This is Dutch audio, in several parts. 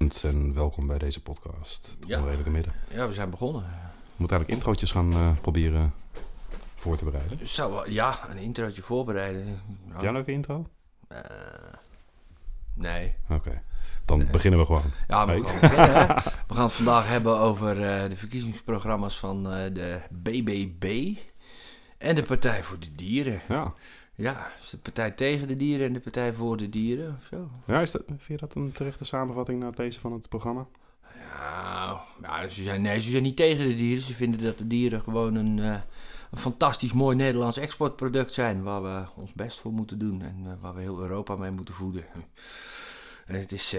Goedenavond en welkom bij deze podcast. Het onredelijke midden. Ja, we zijn begonnen. We moeten eigenlijk introotjes gaan proberen voor te bereiden. Een introotje voorbereiden. Heb jij een leuke intro? Nee. Oké. Dan beginnen we gewoon. Ja, we gaan beginnen. We gaan het vandaag hebben over de verkiezingsprogramma's van de BBB en de Partij voor de Dieren. Ja. Ja, is de Partij tegen de Dieren en de Partij voor de Dieren of zo? Ja, vind je dat een terechte samenvatting na het lezen van het programma? Ja, ze zijn niet tegen de dieren. Ze vinden dat de dieren gewoon een fantastisch mooi Nederlands exportproduct zijn, waar we ons best voor moeten doen en waar we heel Europa mee moeten voeden. En het is,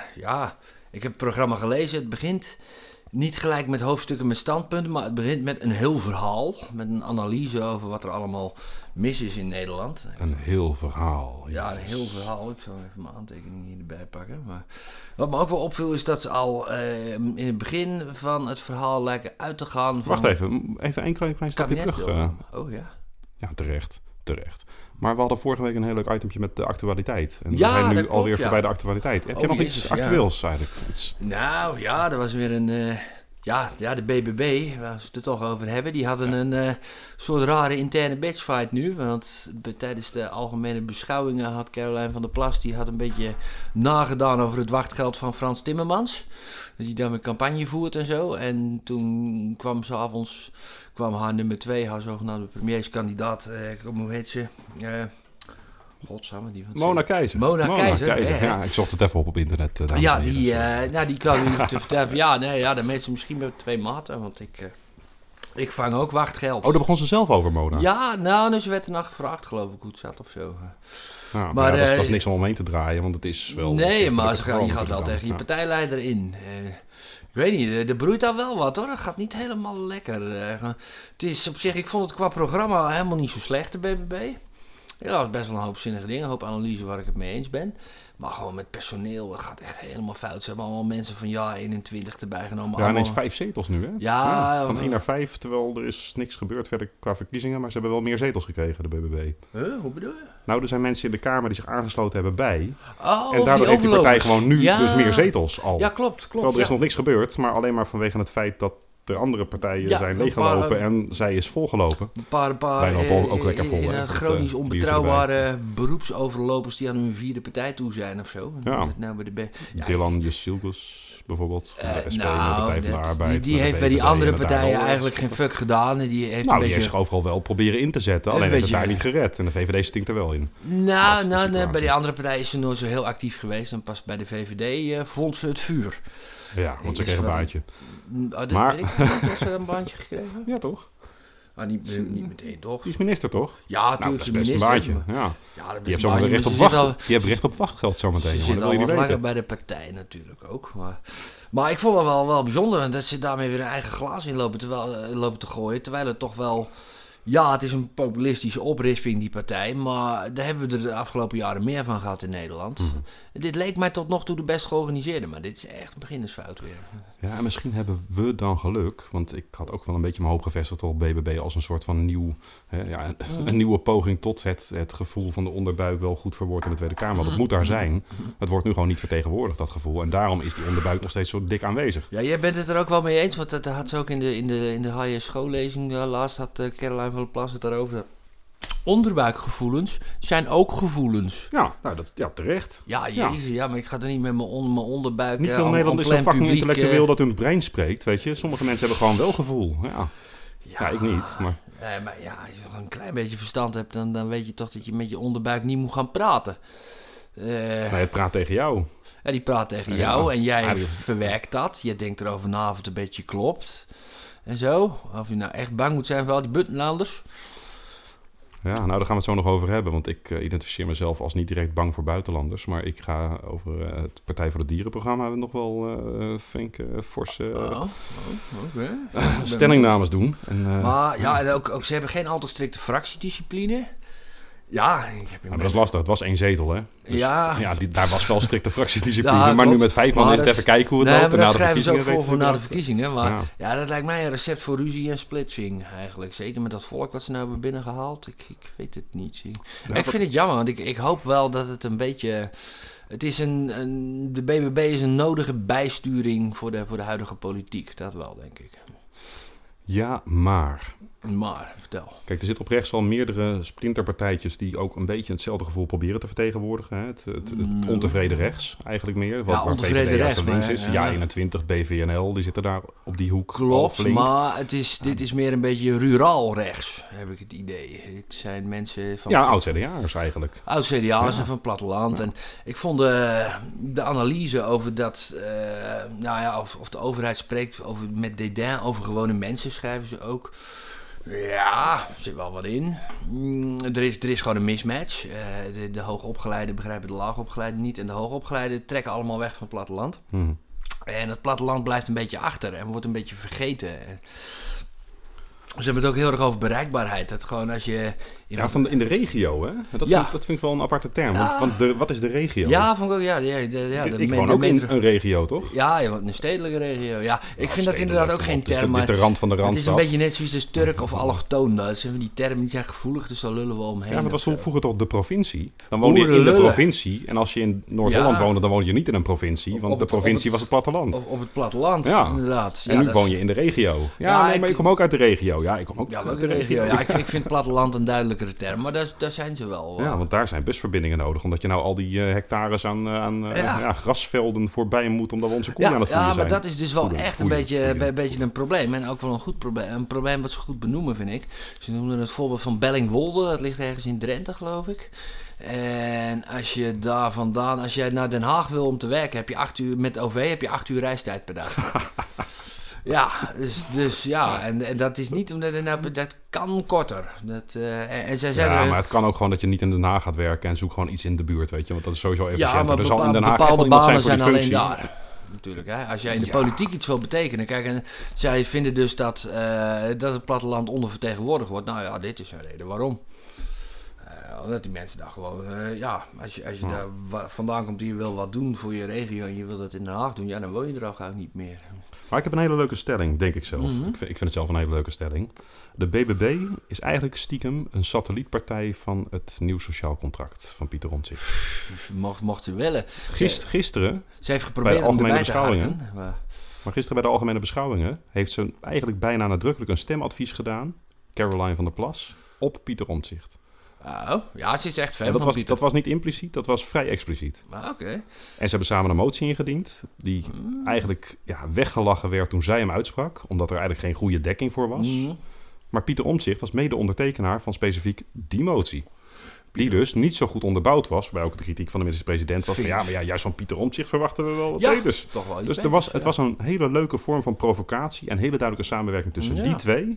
ik heb het programma gelezen. Het begint niet gelijk met hoofdstukken met standpunten, maar het begint met een heel verhaal, met een analyse over wat er allemaal mis is in Nederland. Een heel verhaal. Ja, een heel verhaal. Ik zal even mijn aantekeningen hierbij pakken. Maar wat me ook wel opviel is dat ze al in het begin van het verhaal lijken uit te gaan van... Wacht even een klein stapje terug. Oh ja? Ja, terecht. Maar we hadden vorige week een heel leuk itempje met de actualiteit. En we Ja, zijn nu dat klopt, alweer voorbij de actualiteit. Heb je nog iets actueels eigenlijk? Nou ja, er was weer een... de BBB, waar we het er toch over hebben, die hadden een soort rare interne bitchfight nu. Want tijdens de algemene beschouwingen had Caroline van der Plas, die had een beetje nagedaan over het wachtgeld van Frans Timmermans. Dat hij daarmee campagne voert en zo. En toen kwam haar nummer 2, haar zogenaamde premierskandidaat, hoe heet ze? Godsamme, die van Mona Keizer. Mona Keizer. Ja, ik zocht het even op internet. Die kwam nu te vertellen. Dan meet ze misschien met 2 maten, want ik vang ook wachtgeld. Oh, daar begon ze zelf over, Mona? Ja, ze werd erna gevraagd, geloof ik, hoe het zat of zo. Ja, maar dat is niks om omheen te draaien, want het is wel... Nee, maar je gaat wel tegen je partijleider in. Ik weet niet, er broeit al wel wat hoor. Dat gaat niet helemaal lekker. Het is op zich, ik vond het qua programma helemaal niet zo slecht, de BBB. Ja, dat was best wel een hoop zinnige dingen, een hoop analyse waar ik het mee eens ben. Maar gewoon met personeel, het gaat echt helemaal fout. Ze hebben allemaal mensen van 21 erbij genomen. Ja, ineens 5 zetels nu, hè? Ja, van 1 naar 5, terwijl er is niks gebeurd verder qua verkiezingen. Maar ze hebben wel meer zetels gekregen, de BBB. Hoe bedoel je? Nou, er zijn mensen in de Kamer die zich aangesloten hebben bij. En daardoor heeft die partij gewoon nu dus meer zetels al. Ja, klopt. Terwijl er is nog niks gebeurd, maar alleen maar vanwege het feit dat de andere partijen zijn leeggelopen en zij is volgelopen. Een paar wij lopen ook lekker vol. Chronisch onbetrouwbare beroepsoverlopers die aan hun 4e partij toe zijn of zo. Ja. Nou, Dylan Jusilgus bijvoorbeeld, de SP, de Partij van de Arbeid. Die heeft bij die andere partijen eigenlijk geen fuck gedaan. En die heeft zich overal wel proberen in te zetten, alleen heeft het daar niet gered. En de VVD stinkt er wel in. Bij die andere partijen is ze nooit zo heel actief geweest. En pas bij de VVD vond ze het vuur. Ja, want ze kreeg een baantje. Maar weet ik niet, heeft ze een baantje gekregen? Ja, toch? Maar niet meteen, toch? Die is minister, toch? Ja, natuurlijk is best een baantje. Ja. Die heeft zomaar recht op wachtgeld zometeen. Ze zit al wat langer bij de partij natuurlijk ook. Maar ik vond het wel bijzonder dat ze daarmee weer een eigen glaas in lopen te gooien. Terwijl het toch wel... Ja, het is een populistische oprisping, die partij. Maar daar hebben we er de afgelopen jaren meer van gehad in Nederland. Mm-hmm. Dit leek mij tot nog toe de best georganiseerde. Maar dit is echt een beginnersfout weer. Ja, en misschien hebben we dan geluk. Want ik had ook wel een beetje mijn hoop gevestigd op BBB als een soort van een nieuwe poging tot het gevoel van de onderbuik wel goed verwoord in de Tweede Kamer. Want het moet daar zijn. Het wordt nu gewoon niet vertegenwoordigd, dat gevoel. En daarom is die onderbuik nog steeds zo dik aanwezig. Ja, jij bent het er ook wel mee eens. Want dat had ze ook in de high schoollezing. Laatst had Caroline van der Plas het daarover. Onderbuikgevoelens zijn ook gevoelens. Ja, terecht. Ja, jezus, ja, maar ik ga er niet met mijn onderbuik... Niet veel Nederland is zo fucking intellectueel dat hun brein spreekt, weet je. Sommige mensen hebben gewoon wel gevoel. Ja, ik niet, maar... Maar ja, als je nog een klein beetje verstand hebt, dan weet je toch dat je met je onderbuik niet moet gaan praten. Nee, het praat tegen jou. Ja, die praat tegen jou en jij verwerkt dat. Je denkt erover na of het een beetje klopt. En zo. Of je nou echt bang moet zijn voor al die buitenlanders. Ja, nou daar gaan we het zo nog over hebben. Want ik identificeer mezelf als niet direct bang voor buitenlanders. Maar ik ga over het Partij voor de Dieren-programma nog wel flink forse stellingnames doen. Maar ook ze hebben geen al te strikte fractiediscipline. Ja, maar dat is lastig. Het was 1 zetel, hè? Dus, daar was wel strikte fractiediscipline. Ja, maar nu met 5 man is het even kijken hoe het loopt. Dat schrijven ze ook voor na de verkiezingen. Maar dat lijkt mij een recept voor ruzie en splitsing eigenlijk. Zeker met dat volk wat ze nou hebben binnengehaald. Ik weet het niet. Ik vind het jammer, want ik hoop wel dat het een beetje... Het is de BBB is een nodige bijsturing voor de huidige politiek. Dat wel, denk ik. Ja, maar... Maar, vertel. Kijk, er zitten op rechts al meerdere splinterpartijtjes die ook een beetje hetzelfde gevoel proberen te vertegenwoordigen. Hè? Het ontevreden rechts, eigenlijk meer. Waar ontevreden rechts links is. Ja, 21, BVNL, die zitten daar op die hoek. Klopt, maar dit is meer een beetje ruraal rechts, heb ik het idee. Het zijn mensen van... Ja, oud-CDA'ers eigenlijk. Oud-CDA'ers en van het platteland. Ja. En ik vond de analyse over dat... of de overheid spreekt met dédain over gewone mensen, schrijven ze ook... Ja, er zit wel wat in. Er is gewoon een mismatch. De hoogopgeleiden begrijpen de laagopgeleiden niet. En de hoogopgeleiden trekken allemaal weg van het platteland. En het platteland blijft een beetje achter en wordt een beetje vergeten. Ze hebben het ook heel erg over bereikbaarheid. Dat gewoon als je... in de regio, hè? Dat vind ik wel een aparte term. Ja. Want wat is de regio? Ja, vond ik ook. Ik woon ook in een regio, toch? Ja, je woont in een stedelijke regio. Ja, ik vind dat inderdaad ook geen term. Het is de rand van de randstad. Het is een beetje net zoiets als Turk of allochtoon. Dat zijn die termen die zijn gevoelig, dus daar lullen we omheen. Ja, maar dat was vroeger toch de provincie? Dan woon je in de provincie. En als je in Noord-Holland woonde, dan woon je niet in een provincie. Want de provincie was het platteland. Op het platteland, inderdaad. En nu woon je in de regio. Maar ik kom ook uit de regio. Ja, ik kom ook uit de regio. Ja, ik vind platteland een duidelijkere term. Maar daar zijn ze wel. Ja, want daar zijn busverbindingen nodig. Omdat je nou al die hectares aan grasvelden voorbij moet. Omdat we onze koeien aan het voeden zijn. Ja, maar dat is dus wel echt een beetje een probleem. En ook wel een goed probleem. Een probleem wat ze goed benoemen, vind ik. Ze noemden het voorbeeld van Bellingwolde. Dat ligt ergens in Drenthe, geloof ik. En als je daar vandaan... Als jij naar Den Haag wil om te werken... heb je 8 uur met OV heb je 8 uur reistijd per dag. Ja, dus ja, en dat is niet omdat dat kan korter. En zij zijn maar het kan ook gewoon dat je niet in Den Haag gaat werken en zoek gewoon iets in de buurt, weet je, want dat is sowieso efficiënter. Ja, maar er zal in Den Haag bepaalde banen zijn alleen functie. daar. Natuurlijk, hè? Als jij in de politiek iets wil betekenen. Kijk, en zij vinden dus dat het platteland ondervertegenwoordigd wordt. Nou ja, dit is een reden waarom. Omdat die mensen daar gewoon... als je daar vandaan komt en je wil wat doen voor je regio... en je wil dat in Den Haag doen... ja, dan woon je er al gauw niet meer. Maar ik heb een hele leuke stelling, denk ik zelf. Mm-hmm. Ik vind het zelf een hele leuke stelling. De BBB is eigenlijk stiekem een satellietpartij... van het nieuw sociaal contract van Pieter Omtzigt. Mocht ze willen. Gisteren... Ze heeft geprobeerd om erbij te haken. Maar gisteren bij de algemene beschouwingen... heeft ze eigenlijk bijna nadrukkelijk een stemadvies gedaan... Caroline van der Plas, op Pieter Omtzigt. Oh, ja, ze is echt fan van Pieter. Dat was niet impliciet, dat was vrij expliciet. Oké. En ze hebben samen een motie ingediend... die eigenlijk weggelachen werd toen zij hem uitsprak... omdat er eigenlijk geen goede dekking voor was. Maar Pieter Omtzigt was mede ondertekenaar van specifiek die motie. Die dus niet zo goed onderbouwd was... waarbij ook de kritiek van de minister-president was... maar juist van Pieter Omtzigt verwachten we wel wat beters. Toch wel dus het was een hele leuke vorm van provocatie... en hele duidelijke samenwerking tussen die twee...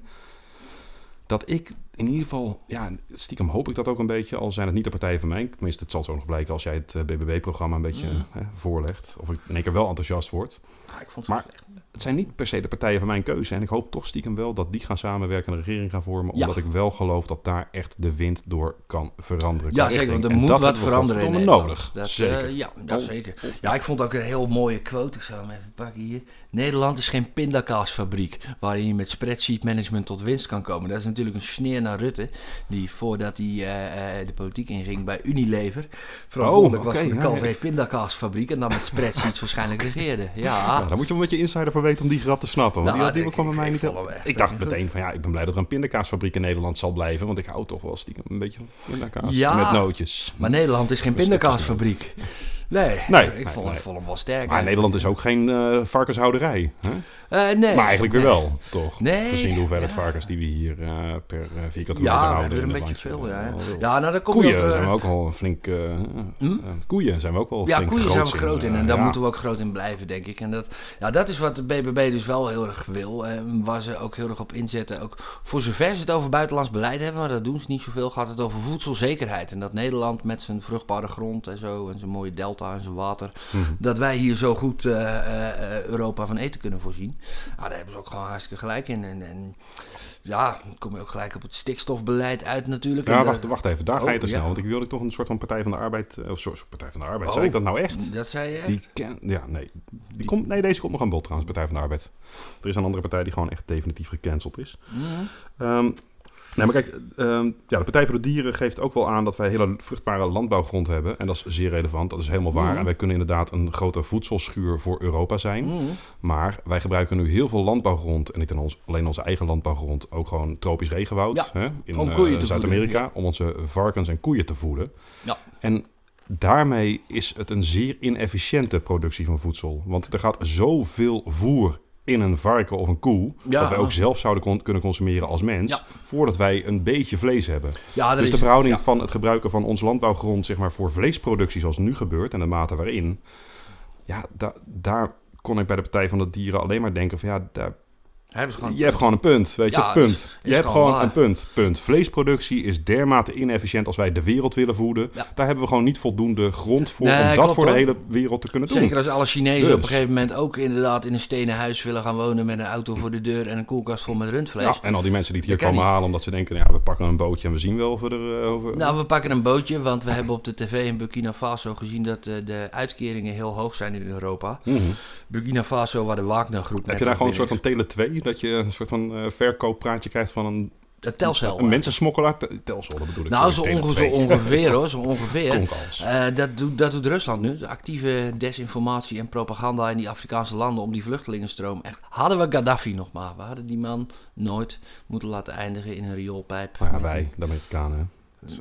dat ik in ieder geval... Ja, stiekem hoop ik dat ook een beetje... al zijn het niet de partijen van mij. Tenminste, het zal zo nog blijken... als jij het BBB-programma een beetje voorlegt. Of ik in één keer wel enthousiast word. Ja, ik vond het slecht. Het zijn niet per se de partijen van mijn keuze. En ik hoop toch stiekem wel dat die gaan samenwerken... en een regering gaan vormen. Omdat ik wel geloof dat daar echt de wind door kan veranderen. Ja, zeker. Want er moet wat veranderen in Nederland. Nodig. Zeker. Ja, zeker. Ja, ik vond ook een heel mooie quote. Ik zal hem even pakken hier. Nederland is geen pindakaasfabriek... waarin je met spreadsheet management tot winst kan komen. Dat is natuurlijk een sneer naar Rutte... die voordat hij de politiek inging bij Unilever... verantwoordelijk was voor de Calvé pindakaasfabriek... en dan met spreadsheets waarschijnlijk regeerde. Ja, daar moet je wel met je insider voor weten om die grap te snappen. Want die kwam bij mij niet op. Ik dacht meteen van ik ben blij dat er een pindakaasfabriek in Nederland zal blijven... want ik hou toch wel stiekem een beetje van pindakaas met nootjes. Maar Nederland is geen pindakaasfabriek. Nee, ik vond hem wel sterk. Maar Nederland is ook geen varkenshouderij. Hè? Nee. Maar eigenlijk weer wel, toch? Nee. Gezien de hoeveelheid varkens die we hier per vierkante meter houden. Ja, we hebben er een beetje veel, Ja, nou, dan kom koeien zijn we ook wel flink... Koeien zijn we ook wel flink groot in. Ja, koeien zijn we groot in. En daar moeten we ook groot in blijven, denk ik. En dat is wat de BBB dus wel heel erg wil. Waar ze ook heel erg op inzetten. Ook voor zover ze het over buitenlands beleid hebben, maar dat doen ze niet zoveel, gaat het over voedselzekerheid. En dat Nederland met zijn vruchtbare grond en zo, en zijn mooie delta en zijn water, dat wij hier zo goed Europa van eten kunnen voorzien. Daar hebben ze ook gewoon hartstikke gelijk in. En ja, dan kom je ook gelijk op het stikstofbeleid uit natuurlijk. Ja, wacht even, daar ga je te snel. Want ik wilde toch een soort van Partij van de Arbeid... Of soort Partij van de Arbeid, zei ik dat nou echt? Dat zei je echt? Deze komt nog aan bod trouwens, Partij van de Arbeid. Er is een andere partij die gewoon echt definitief gecanceld is. Nee, maar kijk, de Partij voor de Dieren geeft ook wel aan dat wij hele vruchtbare landbouwgrond hebben. En dat is zeer relevant, dat is helemaal waar. En wij kunnen inderdaad een grote voedselschuur voor Europa zijn. Maar wij gebruiken nu heel veel landbouwgrond, en niet alleen onze eigen landbouwgrond, ook gewoon tropisch regenwoud in Zuid-Amerika, om onze varkens en koeien te voeden. Ja. En daarmee is het een zeer inefficiënte productie van voedsel. Want er gaat zoveel voer in een varken of een koe, dat wij ook zelf zouden kunnen consumeren als mens, voordat wij een beetje vlees hebben. Ja, dus de verhouding van het gebruiken van ons landbouwgrond, zeg maar, voor vleesproductie, zoals nu gebeurt, en de mate waarin, daar kon ik bij de Partij van de Dieren alleen maar denken van je hebt gewoon een punt, weet je, punt. Je hebt gewoon een punt. Vleesproductie is dermate inefficiënt als wij de wereld willen voeden. Ja. Daar hebben we gewoon niet voldoende grond voor om dat voor de hele wereld te kunnen doen. Zeker als alle Chinezen op een gegeven moment ook inderdaad in een stenen huis willen gaan wonen met een auto voor de deur en een koelkast vol met rundvlees. Ja, en al die mensen die het hier komen halen omdat ze denken, we pakken een bootje en we zien wel of we er... Nou, we pakken een bootje, want we hebben op de tv in Burkina Faso gezien dat de uitkeringen heel hoog zijn in Europa. Burkina Faso, waar de Wagner-groep... Heb je daar gewoon een soort van Tele2? Dat je een soort van verkooppraatje krijgt van een Telcel. Een mensensmokkelaar? Telcel, dat bedoel ik. Nou, zo ongeveer hoor. Zo ongeveer. Dat doet Rusland nu. De actieve desinformatie en propaganda in die Afrikaanse landen om die vluchtelingenstroom. Echt. Hadden we Gaddafi nog maar. We hadden die man nooit moeten laten eindigen in een rioolpijp. Maar wij, de Amerikanen.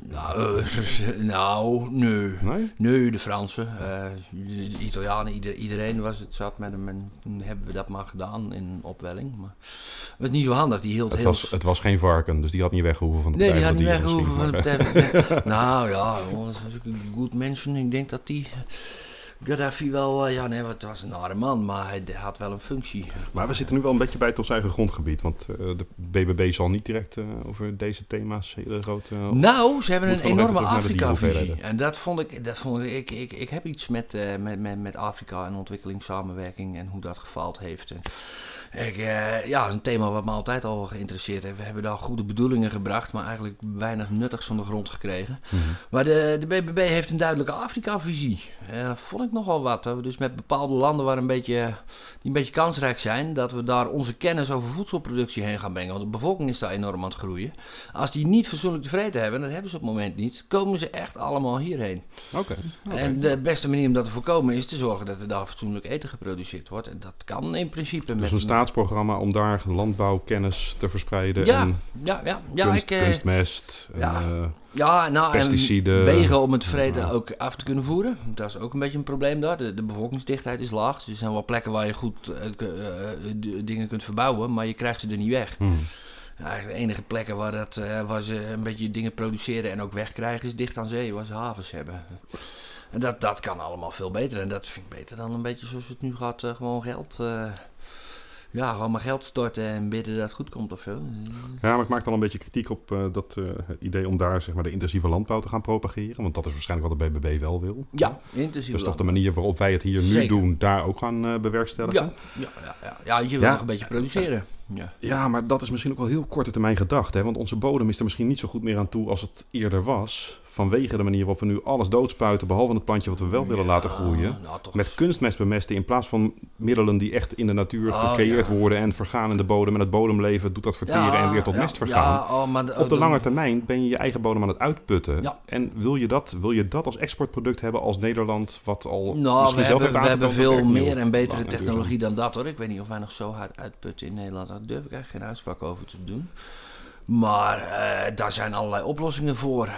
Nee, de Fransen, de Italianen, iedereen was het zat met hem en toen hebben we dat maar gedaan in opwelling. Maar het was niet zo handig, die hield het was geen varken, dus die had niet weggehoeven van de Partij. Nee, die had niet weggehoeven van de Partij. Nou ja, als ik een goed mensen, ik denk dat die... Gaddafi wel, het was een rare man, maar hij had wel een functie. Maar we zitten nu wel een beetje bij het ons eigen grondgebied, want de BBB zal niet direct over deze thema's hele grote... ze hebben een enorme Afrika-visie. En dat vond ik, ik heb iets met Afrika en ontwikkelingssamenwerking en hoe dat gefaald heeft. Dat is een thema wat me altijd al geïnteresseerd heeft. We hebben daar goede bedoelingen gebracht, maar eigenlijk weinig nuttigs van de grond gekregen. Maar de BBB heeft een duidelijke Afrika-visie. Vond ik nogal wat. Dat we dus met bepaalde landen die een beetje kansrijk zijn, dat we daar onze kennis over voedselproductie heen gaan brengen. Want de bevolking is daar enorm aan het groeien. Als die niet fatsoenlijk tevreden hebben, en dat hebben ze op het moment niet, komen ze echt allemaal hierheen. Okay. En de beste manier om dat te voorkomen is te zorgen dat er daar fatsoenlijk eten geproduceerd wordt. En dat kan in principe dus een staatsprogramma om daar landbouwkennis te verspreiden. Kunstmest, pesticiden. En wegen om het vreten ook af te kunnen voeren. Dat is ook een beetje een probleem daar. De bevolkingsdichtheid is laag. Dus er zijn wel plekken waar je goed dingen kunt verbouwen, maar je krijgt ze er niet weg. Eigenlijk de enige plekken waar ze een beetje dingen produceren en ook wegkrijgen is dicht aan zee, waar ze havens hebben. En dat kan allemaal veel beter. En dat vind ik beter dan een beetje zoals het nu gaat, gewoon geld... gewoon maar geld storten en bidden dat het goed komt of zo. Ja, maar ik maak dan een beetje kritiek op dat idee om daar zeg maar de intensieve landbouw te gaan propageren. Want dat is waarschijnlijk wat de BBB wel wil. Ja, intensieve Dus toch de manier waarop wij het hier nu doen, daar ook gaan bewerkstelligen. Ja, je wil nog een beetje produceren. Ja, maar dat is misschien ook wel heel korte termijn gedacht. Hè? Want onze bodem is er misschien niet zo goed meer aan toe als het eerder was. Vanwege de manier waarop we nu alles doodspuiten, behalve het plantje wat we wel willen laten groeien. Met kunstmest bemesten in plaats van middelen die echt in de natuur gecreëerd worden en vergaan in de bodem. En het bodemleven doet dat verteren en weer tot mest vergaan. Op de lange termijn ben je je eigen bodem aan het uitputten. Ja. En wil je dat als exportproduct hebben als Nederland, wat al misschien zelf heeft aangetoond? We hebben veel meer en betere technologie dan dat hoor. Ik weet niet of wij nog zo hard uitputten in Nederland. Daar durf ik eigenlijk geen uitspraak over te doen. Maar daar zijn allerlei oplossingen voor.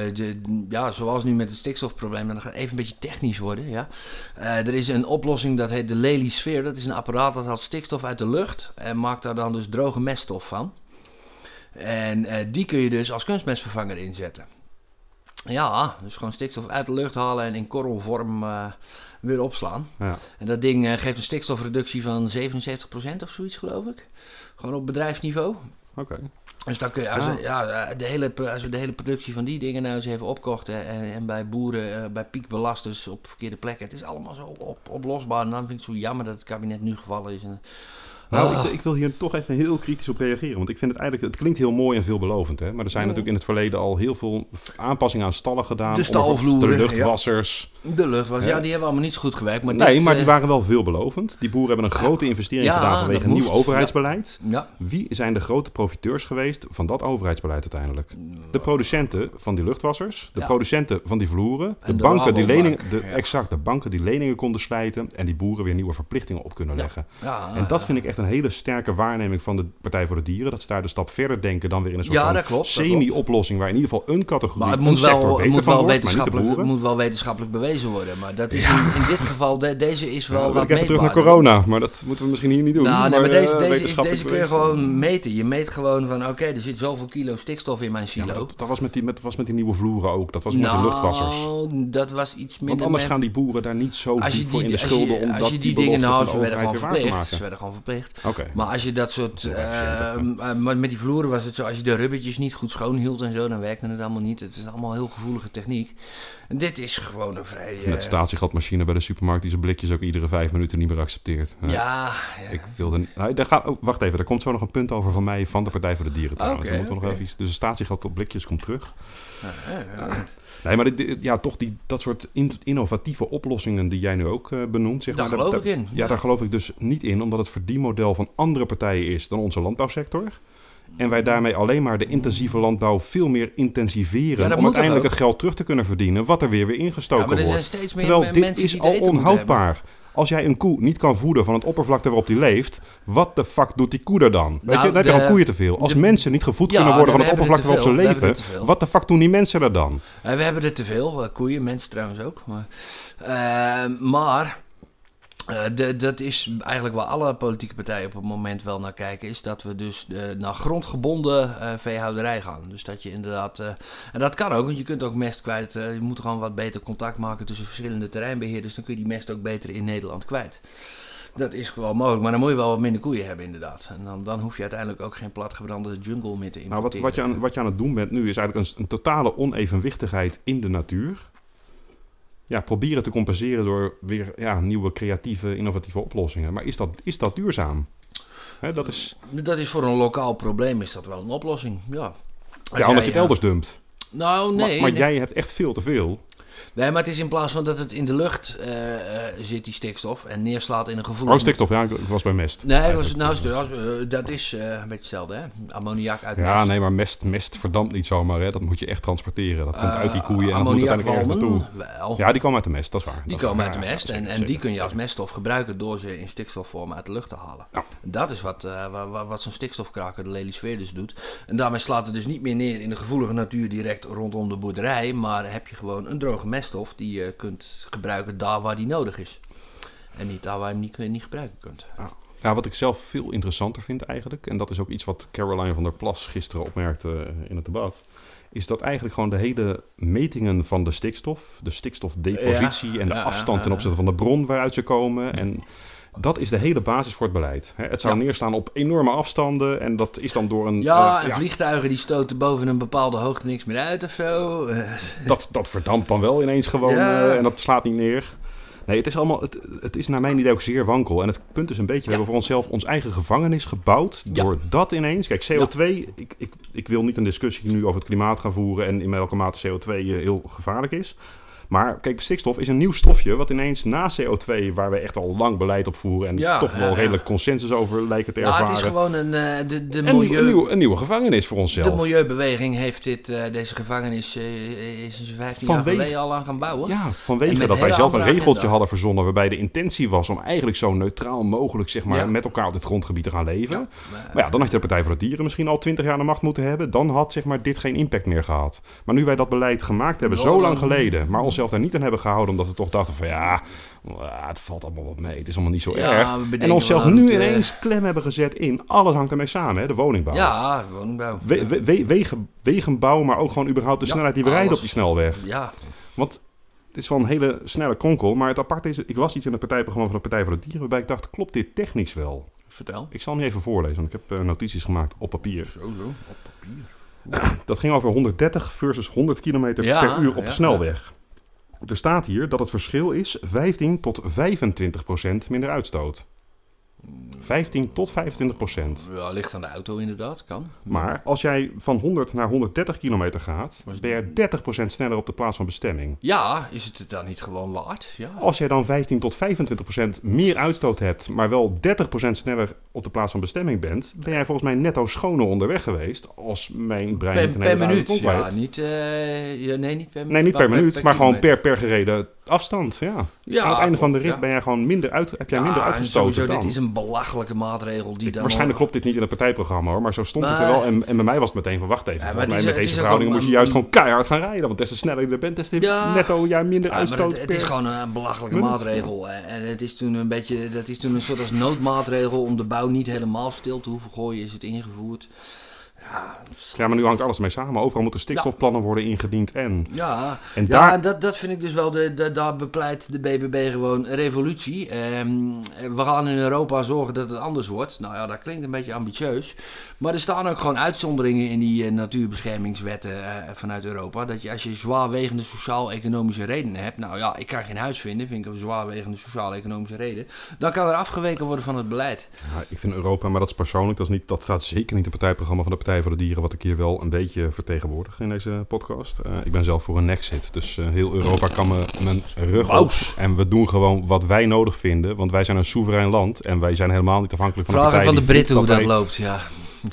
Zoals nu met het stikstofprobleem. En dat gaat even een beetje technisch worden. Ja. Er is een oplossing dat heet de Lely-sfeer. Dat is een apparaat dat haalt stikstof uit de lucht. En maakt daar dan dus droge meststof van. En die kun je dus als kunstmestvervanger inzetten. Ja, dus gewoon stikstof uit de lucht halen en in korrelvorm weer opslaan. Ja. En dat ding geeft een stikstofreductie van 77% of zoiets, geloof ik. Gewoon op bedrijfsniveau. Oké. Dus dan kun je, als we de hele productie van die dingen nou eens even opkochten en bij boeren, bij piekbelasters op verkeerde plekken. Het is allemaal zo oplosbaar. En dan vind ik het zo jammer dat het kabinet nu gevallen is. Ik wil hier toch even heel kritisch op reageren. Want ik vind het eigenlijk... Het klinkt heel mooi en veelbelovend. Hè? Maar er zijn natuurlijk in het verleden al heel veel aanpassingen aan stallen gedaan. De stalvloeren. De luchtwassers. De luchtwas, die hebben allemaal niet zo goed gewerkt. Maar maar die waren wel veelbelovend. Die boeren hebben een grote investering gedaan vanwege een nieuw overheidsbeleid. Ja. Wie zijn de grote profiteurs geweest van dat overheidsbeleid uiteindelijk? De producenten van die luchtwassers, de producenten van die vloeren, de banken die leningen konden slijten en die boeren weer nieuwe verplichtingen op kunnen leggen. En dat vind ik echt een hele sterke waarneming van de Partij voor de Dieren, dat ze daar de stap verder denken dan weer in een soort van semi-oplossing waar in ieder geval een categorie, een sector beter van wordt, maar niet de boeren. Het moet wel wetenschappelijk bewezen worden, maar dat is in dit geval, deze is wel wat meetbaar. Ik even terug naar corona, maar dat moeten we misschien hier niet doen. Maar deze kun je gewoon meten. Je meet gewoon van, oké, er zit zoveel kilo stikstof in mijn silo. Ja, dat was met die nieuwe vloeren ook. Dat was met de luchtwassers. Dat was iets minder. Want anders gaan die boeren daar niet zo diep voor in de schulden. Als je die dingen ze werden gewoon verplicht. Ze werden gewoon verplicht. Maar als je dat soort... maar met die vloeren was het zo, als je de rubbertjes niet goed schoon hield en zo, dan werkte het allemaal niet. Het is allemaal heel gevoelige techniek. En dit is gewoon een vrij... Met statiegatmachine bij de supermarkt die zijn blikjes ook iedere 5 minuten niet meer accepteert. Ik wilde... wacht even, daar komt zo nog een punt over van mij van de Partij voor de Dieren trouwens. Dan moeten we nog even iets... Dus een statiegat op blikjes komt terug. Nee, maar toch dat soort innovatieve oplossingen die jij nu ook benoemt. Zeg daar geloof ik in. Ja, daar geloof ik dus niet in, omdat het verdienmodel van andere partijen is dan onze landbouwsector. En wij daarmee alleen maar de intensieve landbouw veel meer intensiveren om uiteindelijk het geld terug te kunnen verdienen, wat er weer ingestoken wordt. Er zijn steeds meer Terwijl dit mensen is al onhoudbaar. Als jij een koe niet kan voeden van het oppervlakte waarop die leeft, wat de fuck doet die koe er dan? Weet je, dan heb je al koeien te veel. Als mensen niet gevoed kunnen worden van het oppervlakte waarop ze leven, wat de fuck doen die mensen er dan? We hebben er te veel, koeien, mensen trouwens ook. Maar dat is eigenlijk waar alle politieke partijen op het moment wel naar kijken, is dat we dus naar grondgebonden veehouderij gaan. Dus dat je inderdaad, en dat kan ook, want je kunt ook mest kwijt, je moet gewoon wat beter contact maken tussen verschillende terreinbeheerders, dan kun je die mest ook beter in Nederland kwijt. Dat is gewoon mogelijk, maar dan moet je wel wat minder koeien hebben inderdaad. En dan hoef je uiteindelijk ook geen platgebrande jungle meer te importeren. Nou, wat je aan het doen bent nu is eigenlijk een totale onevenwichtigheid in de natuur. Ja, proberen te compenseren door weer nieuwe, creatieve, innovatieve oplossingen. Maar is dat duurzaam? Dat is voor een lokaal probleem is dat wel een oplossing, ja. Omdat je het elders dumpt. Nou, nee. Maar jij hebt echt veel te veel. Nee, maar het is in plaats van dat het in de lucht zit, die stikstof, en neerslaat in een gevoelig... Stikstof, ja, ik was bij mest. Nee, dat is een beetje hetzelfde, hè. Ammoniak uit mest. Ja, nee, maar mest verdampt niet zomaar, hè. Dat moet je echt transporteren. Dat komt uit die koeien en dat moet uiteindelijk ergens naartoe. Wel. Ja, die komen uit de mest, dat is waar. Die komen uit de mest en die kun je als meststof gebruiken door ze in stikstofvorm uit de lucht te halen. Ja. Dat is wat zo'n stikstofkraker, de Lelysfeer, dus doet. En daarmee slaat het dus niet meer neer in de gevoelige natuur direct rondom de boerderij, maar heb je gewoon een droge meststof die je kunt gebruiken daar waar die nodig is. En niet daar waar je hem niet gebruiken kunt. Ja, wat ik zelf veel interessanter vind eigenlijk, en dat is ook iets wat Caroline van der Plas gisteren opmerkte in het debat, is dat eigenlijk gewoon de hele metingen van de stikstofdepositie en de afstand ten opzichte van de bron waaruit ze komen. En dat is de hele basis voor het beleid. Het zou neerstaan op enorme afstanden en dat is dan door een... en vliegtuigen die stoten boven een bepaalde hoogte niks meer uit of zo. Dat verdampt dan wel ineens gewoon en dat slaat niet neer. Nee, het is naar mijn idee ook zeer wankel. En het punt is een beetje, we hebben voor onszelf ons eigen gevangenis gebouwd door dat ineens. Kijk, CO2, ik wil niet een discussie nu over het klimaat gaan voeren en in welke mate CO2 heel gevaarlijk is. Maar kijk, stikstof is een nieuw stofje wat ineens na CO2, waar we echt al lang beleid op voeren en toch wel redelijk consensus over lijken te ervaren. Het is gewoon een nieuwe gevangenis voor onszelf. De milieubeweging heeft deze gevangenis is 15 jaar geleden al aan gaan bouwen. Ja, vanwege dat wij zelf een regeltje hadden verzonnen waarbij de intentie was om eigenlijk zo neutraal mogelijk zeg maar, met elkaar op dit grondgebied te gaan leven. Maar dan had je de Partij voor de Dieren misschien al 20 jaar aan de macht moeten hebben. Dan had zeg maar, dit geen impact meer gehad. Maar nu wij dat beleid gemaakt hebben, zo lang geleden, maar onszelf daar niet aan hebben gehouden, omdat we toch dachten van het valt allemaal wat mee, het is allemaal niet zo erg. En onszelf nu ineens klem hebben gezet in, alles hangt ermee samen, hè, de woningbouw. Ja, de woningbouw. Wegenbouw, maar ook gewoon überhaupt de snelheid die we rijden op die snelweg. Ja. Want het is wel een hele snelle kronkel, maar het aparte is, ik las iets in het partijprogramma van de Partij voor de Dieren, waarbij ik dacht, klopt dit technisch wel? Vertel. Ik zal hem even voorlezen, want ik heb notities gemaakt op papier. Zo, op papier. Dat ging over 130 versus 100 kilometer per uur op de snelweg. Er staat hier dat het verschil is 15 tot 25% minder uitstoot. 15 tot 25%. Ja, ligt aan de auto inderdaad, kan. Maar als jij van 100 naar 130 kilometer gaat, ben je 30% sneller op de plaats van bestemming. Ja, is het dan niet gewoon waard? Ja. Als jij dan 15 tot 25% meer uitstoot hebt, maar wel 30% sneller op de plaats van bestemming bent, ben jij volgens mij netto schoner onderweg geweest als mijn brein niet een hele per minuut. duidelijke Ja, weet. niet per minuut. Nee, niet per minuut, maar gewoon kilometer. per gereden afstand. Ja. Ja, Aan het einde van de rit klopt, ja. ben jij gewoon minder heb jij minder en uitgestoten sowieso, dan. dit is een belachelijke maatregel die dan... Waarschijnlijk klopt dit niet in het partijprogramma hoor, maar zo stond het er Nee. wel. En bij mij was het meteen van wacht even. Ja, maar Volgens het mij is- met het deze is ook verhoudingen wel- moet je juist gewoon keihard gaan rijden. Want des te sneller je er bent, des te Ja. netto jij minder Ja, maar uitstoot het is per... gewoon een belachelijke minuut. maatregel. En het is toen dat is toen een soort als noodmaatregel om de bouw niet helemaal stil te hoeven gooien, is het ingevoerd. Ja, maar nu hangt alles mee samen. Overal moeten stikstofplannen worden ingediend en... Ja, En ja daar... dat vind ik dus wel, daar bepleit de BBB gewoon revolutie. We gaan in Europa zorgen dat het anders wordt. Nou ja, dat klinkt een beetje ambitieus. Maar er staan ook gewoon uitzonderingen in die natuurbeschermingswetten vanuit Europa. Dat je als je zwaarwegende sociaal-economische redenen hebt. Nou ja, ik kan geen huis vinden, vind ik een zwaarwegende sociaal-economische reden. Dan kan er afgeweken worden van het beleid. Ja, ik vind Europa, maar dat is persoonlijk, dat staat zeker niet in het partijprogramma van de Partij voor de Dieren, wat ik hier wel een beetje vertegenwoordig in deze podcast. Ik ben zelf voor een Nexit, dus heel Europa kan mijn rug op. En we doen gewoon wat wij nodig vinden, want wij zijn een soeverein land en wij zijn helemaal niet afhankelijk van Vragen een partij van de die Britten hoe vindt dat wij- loopt, ja.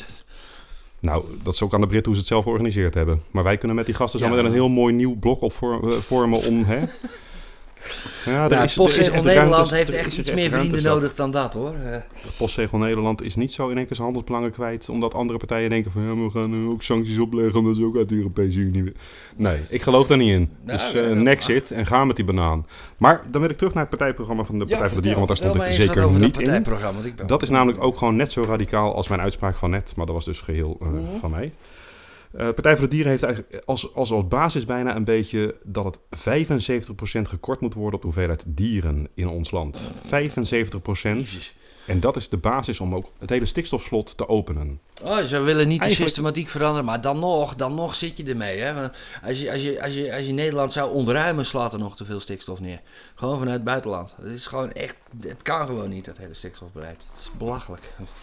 Nou, dat is ook aan de Britten hoe ze het zelf georganiseerd hebben. Maar wij kunnen met die gasten zo Ja. meteen een heel mooi nieuw blok op vormen om... Hè? Ja, Ja, Postzegel Nederland heeft er echt is iets echt meer ruimte vrienden zat. nodig dan dat hoor. Postzegel Nederland is niet zo in één keer zijn handelsbelangen kwijt, omdat andere partijen denken van ja, we gaan ook sancties opleggen omdat ze ook uit de Europese Unie. Nee, ik geloof daar niet in. Nou, Dus ja, Nexit en ga met die banaan. Maar dan wil ik terug naar het partijprogramma van de Partij voor de Dieren, want daar stond ik zeker niet in. Dat is namelijk ook gewoon net zo radicaal als mijn uitspraak van net, maar dat was dus geheel van mij. Partij voor de Dieren heeft eigenlijk als basis bijna een beetje dat het 75% gekort moet worden op de hoeveelheid dieren in ons land. 75%. En dat is de basis om ook het hele stikstofslot te openen. Oh, ze willen niet de Eigenlijk- systematiek veranderen, maar dan nog zit je ermee. Hè? Want als je Nederland zou ontruimen, slaat er nog te veel stikstof neer. Gewoon vanuit het buitenland. Het is gewoon echt, het kan gewoon niet, dat hele stikstofbeleid. Het is belachelijk.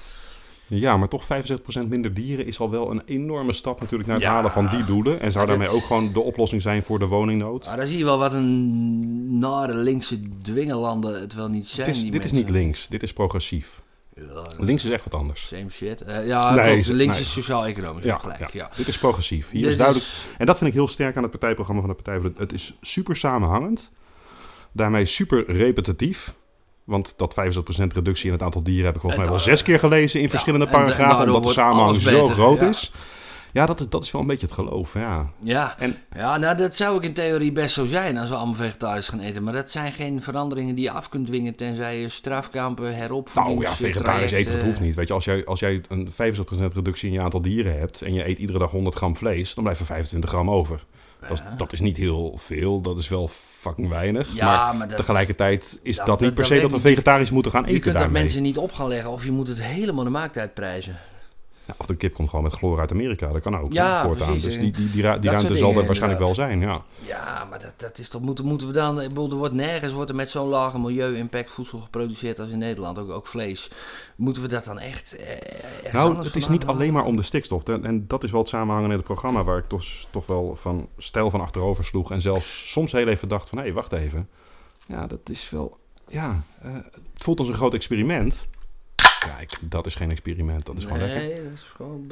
Ja, maar toch 75% minder dieren is al wel een enorme stap natuurlijk naar het Ja. halen van die doelen. En zou Maar daarmee ook gewoon de oplossing zijn voor de woningnood. Maar dan zie je wel wat een nare linkse dwingelanden het wel niet zijn. die Dit is mensen. niet links, dit is progressief. Ja, Links is echt wat anders. same shit. Nee, Klopt, links nee. is sociaal-economisch Ja, gelijk. Ja. Dit is progressief. Hier Dit is duidelijk. is- En dat vind ik heel sterk aan het partijprogramma van de Partij voor de... Het is super samenhangend. Daarmee super repetitief. Want dat 75% reductie in het aantal dieren heb ik volgens mij wel 6 keer gelezen in verschillende en paragrafen. daardoor Omdat de wordt samenhang alles zo beter, groot ja. is. Ja, dat is wel een beetje het geloof, ja. Ja. En- Ja, nou dat zou ook in theorie best zo zijn als we allemaal vegetarisch gaan eten. Maar dat zijn geen veranderingen die je af kunt dwingen tenzij je strafkampen, heropvoeding... Nou ja, vegetarisch eten, dat hoeft niet. Weet je, als jij een 75% reductie in je aantal dieren hebt en je eet iedere dag 100 gram vlees, dan blijft er 25 gram over. Dat is niet heel veel, dat is wel fucking weinig. Ja, maar maar dat- tegelijkertijd is dat- dat niet dat per se werkt dat we niet. vegetarisch moeten gaan Je eten kunt dat daarmee. mensen niet op gaan leggen of je moet het helemaal de markt uitprijzen. Ja, of de kip komt gewoon met chloor uit Amerika, dat kan ook Ja, hè, voortaan. precies, Dus hè. die soort ruimte zal dingen, er waarschijnlijk wel zijn, ja. Ja, maar dat is toch... Moeten we dan... Ik bedoel, er wordt nergens met zo'n lage milieu-impact voedsel geproduceerd als in Nederland. Ook vlees. Moeten we dat dan echt Nou, anders het is vandaan niet halen? alleen maar om de stikstof. En dat is wel het samenhangen in het programma waar ik toch wel van stijl van achterover sloeg. En zelfs soms heel even dacht van, hé, wacht even. Ja, dat is wel... Ja, het voelt als een groot experiment. Kijk, dat is geen experiment, dat is gewoon lekker. Nee, dat is gewoon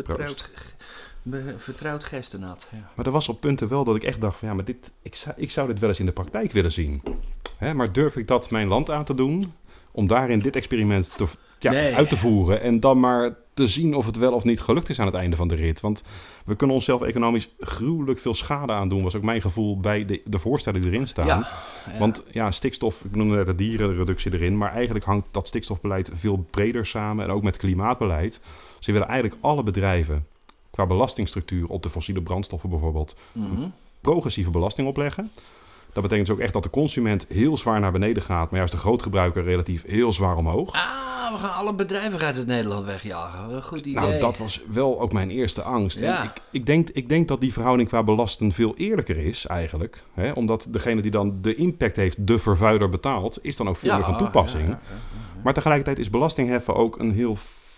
vertrouwd gestenat. Ja. Maar er was op punten wel dat ik echt dacht van, ja, maar ik zou dit wel eens in de praktijk willen zien. Hè, maar durf ik dat mijn land aan te doen? Om daarin dit experiment uit te voeren. En dan maar te zien of het wel of niet gelukt is aan het einde van de rit. Want we kunnen onszelf economisch gruwelijk veel schade aandoen. Was ook mijn gevoel bij de voorstellen die erin staan. Ja. Want ja, stikstof, ik noemde net de dierenreductie erin. Maar eigenlijk hangt dat stikstofbeleid veel breder samen. En ook met klimaatbeleid. Ze willen eigenlijk alle bedrijven qua belastingstructuur op de fossiele brandstoffen bijvoorbeeld progressieve belasting opleggen. Dat betekent dus ook echt dat de consument heel zwaar naar beneden gaat, maar juist de grootgebruiker relatief heel zwaar omhoog. We gaan alle bedrijven uit Nederland wegjagen. Een goed idee. Nou, dat was wel ook mijn eerste angst. Ja. En ik denk dat die verhouding qua belasten veel eerlijker is eigenlijk. Hè? Omdat degene die dan de impact heeft, de vervuiler betaalt, is dan ook veel meer van toepassing. Maar tegelijkertijd is belastingheffen ook een heel...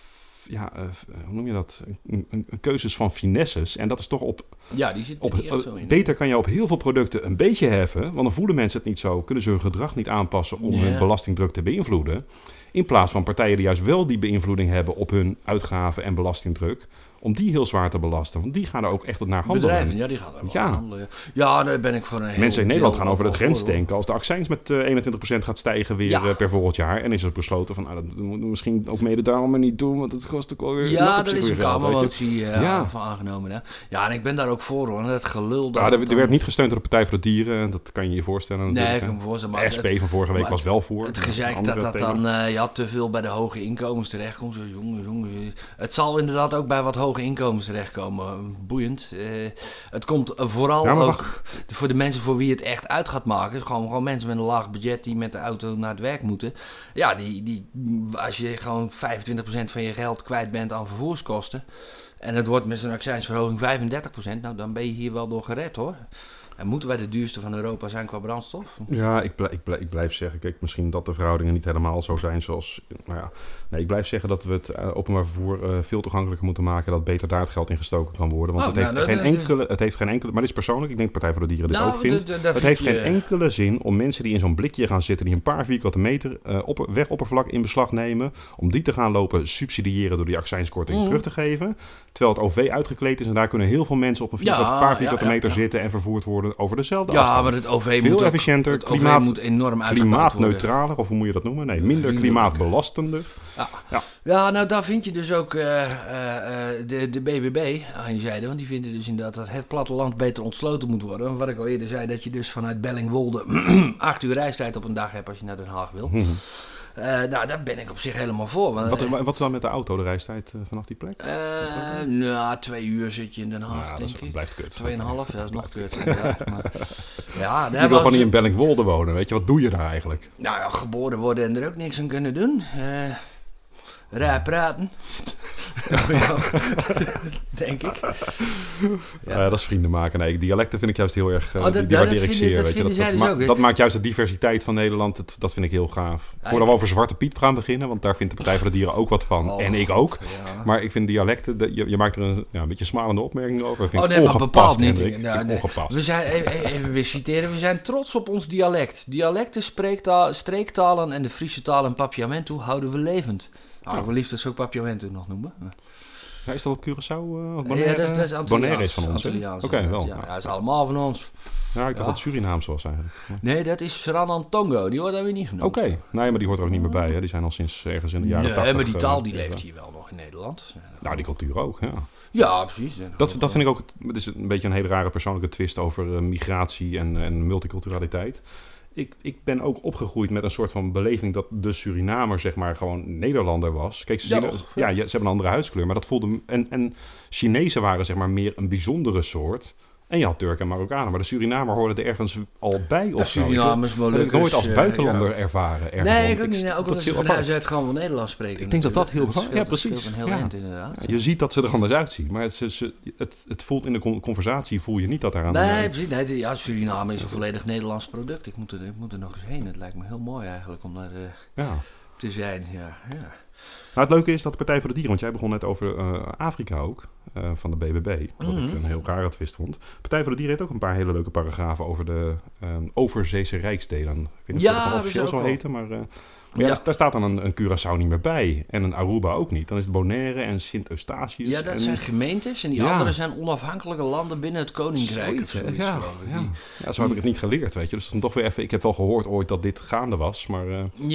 hoe noem je dat? Een keuzes van finesses. En dat is toch die zit er niet echt zo in. Beter kan je op heel veel producten een beetje heffen. Want dan voelen mensen het niet zo. Kunnen ze hun gedrag niet aanpassen om hun belastingdruk te beïnvloeden. In plaats van partijen die juist wel die beïnvloeding hebben op hun uitgaven en belastingdruk. Om die heel zwaar te belasten. Want die gaan er ook echt naar handelen. Bedrijven, die gaan er wel handelen. Ja, daar ben ik voor een heel mensen in Nederland gaan over de grens denken. Als de accijns met 21% gaat stijgen weer per volgend jaar. En is er besloten van, dat moeten we misschien ook mede daarom maar niet doen. Want het kost ook alweer... Ja, daar is een Kamermotie van aangenomen. Hè? Ja, en ik ben daar ook voor, hoor. Het gelul... Er werd niet gesteund door de Partij voor de Dieren. Dat kan je je voorstellen. Nee, ik kan me voorstellen. Maar de SP van vorige week was wel voor. Het gezeik dat dan te veel bij de hoge inkomens terechtkomt. Jongen. Het zal inderdaad ook bij wat hoge inkomens terechtkomen. Boeiend. Het komt vooral ook voor de mensen voor wie het echt uit gaat maken. Gewoon mensen met een laag budget die met de auto naar het werk moeten. Ja, als je gewoon 25% van je geld kwijt bent aan vervoerskosten. En het wordt met zo'n accijnsverhoging 35%. Nou, dan ben je hier wel door gered, hoor. En moeten wij de duurste van Europa zijn qua brandstof? Ja, ik blijf zeggen... Kijk, misschien dat de verhoudingen niet helemaal zo zijn zoals... Nee, ik blijf zeggen dat we het openbaar vervoer veel toegankelijker moeten maken. Dat beter daar het geld in gestoken kan worden. Want het heeft geen enkele... Maar dit is persoonlijk. Ik denk dat de Partij voor de Dieren dit ook vindt. Het heeft geen enkele zin om mensen die in zo'n blikje gaan zitten... die een paar vierkante meter wegoppervlak in beslag nemen... om die te gaan lopen subsidiëren door die accijnskorting terug te geven. Terwijl het OV uitgekleed is en daar kunnen heel veel mensen op een paar vierkante meter zitten... en vervoerd worden over dezelfde afstand. Maar het OV veel efficiënter, het OV moet enorm klimaatneutraler, of hoe moet je dat noemen? Nee, minder klimaatbelastender. Ja, nou daar vind je dus ook de BBB aan je zijde, want die vinden dus inderdaad dat het platteland beter ontsloten moet worden. Wat ik al eerder zei, dat je dus vanuit Bellingwolde 8 uur reistijd op een dag hebt als je naar Den Haag wil. Daar ben ik op zich helemaal voor. Wat is dan met de auto, de reistijd vanaf die plek? 2 uur zit je in Den Haag, denk ik. Dat blijft kut. 2,5, dat is nog kut. Je wil gewoon niet in Bellingwolde wonen, weet je. Wat doe je daar eigenlijk? Nou ja, geboren worden en er ook niks aan kunnen doen. Raar praten. Denk ik. Dat is vrienden maken. Nee, dialecten vind ik juist heel erg... die waardeer ik zeer. Dat maakt juist de diversiteit van Nederland. Dat vind ik heel gaaf. Voordat we over Zwarte Piet gaan beginnen. Want daar vindt de Partij voor de Dieren ook wat van. En ik ook. Ja. Maar ik vind dialecten... Je maakt er een beetje smalende opmerking over. Vind ik ongepast, bepaald niet. Ongepast. We zijn, even weer citeren. We zijn trots op ons dialect. Dialecten, streektalen en de Friese taal en papiamento houden we levend. Ik wil liefst ook papiamento nog noemen. Ja, is dat op Curaçao? Bonaire? Dat is Bonaire is van ons. Oké, wel. Ja, dat is allemaal van ons. Ja, ik dacht dat het Surinaams was eigenlijk. Nee, dat is Sranantongo. Die wordt daar weer niet genoemd. Oké. Nee, maar die hoort er ook niet meer bij. Hè. Die zijn al sinds ergens in de jaren 80. Nee, maar die taal die leeft hier wel nog in Nederland. Nou, die cultuur ook, ja. Ja, precies. Dat vind ik ook... Het is een beetje een hele rare persoonlijke twist over migratie en multiculturaliteit. Ik ben ook opgegroeid met een soort van beleving dat de Surinamer zeg maar gewoon Nederlander was. Kijk, ze hebben een andere huidskleur, maar dat voelde... En Chinezen waren zeg maar meer een bijzondere soort. En je had Turken en Marokkanen, maar de Surinamer hoorde er ergens al bij of zo. Surinamers, Molukkers... heb ik nooit als buitenlander ervaren. Nee, ik ook niet. Ook omdat ze van huis uit gewoon wel Nederlands spreken. Ik denk dat heel... Ja, precies. Inderdaad. Je ziet dat ze er anders uitzien, maar het voelt in de conversatie voel je niet dat daaraan... Nee, precies. Nee, Suriname is een volledig Nederlands product. Ik moet er nog eens heen. Het lijkt me heel mooi eigenlijk om daar te zijn. Ja. Nou, het leuke is dat de Partij voor de Dieren, want jij begon net over Afrika ook, van de BBB, wat ik een heel rare twist vond. De Partij voor de Dieren heeft ook een paar hele leuke paragrafen over de overzeese rijksdelen. Ik weet niet of dat officieel zo heten, maar daar staat dan een Curaçao niet meer bij. En een Aruba ook niet. Dan is het Bonaire en Sint-Eustatius. Ja, dat zijn gemeentes en die andere zijn onafhankelijke landen binnen het Koninkrijk. Zo heb ik het niet geleerd, weet je. Dus dan toch weer even, ik heb wel gehoord ooit dat dit gaande was, maar...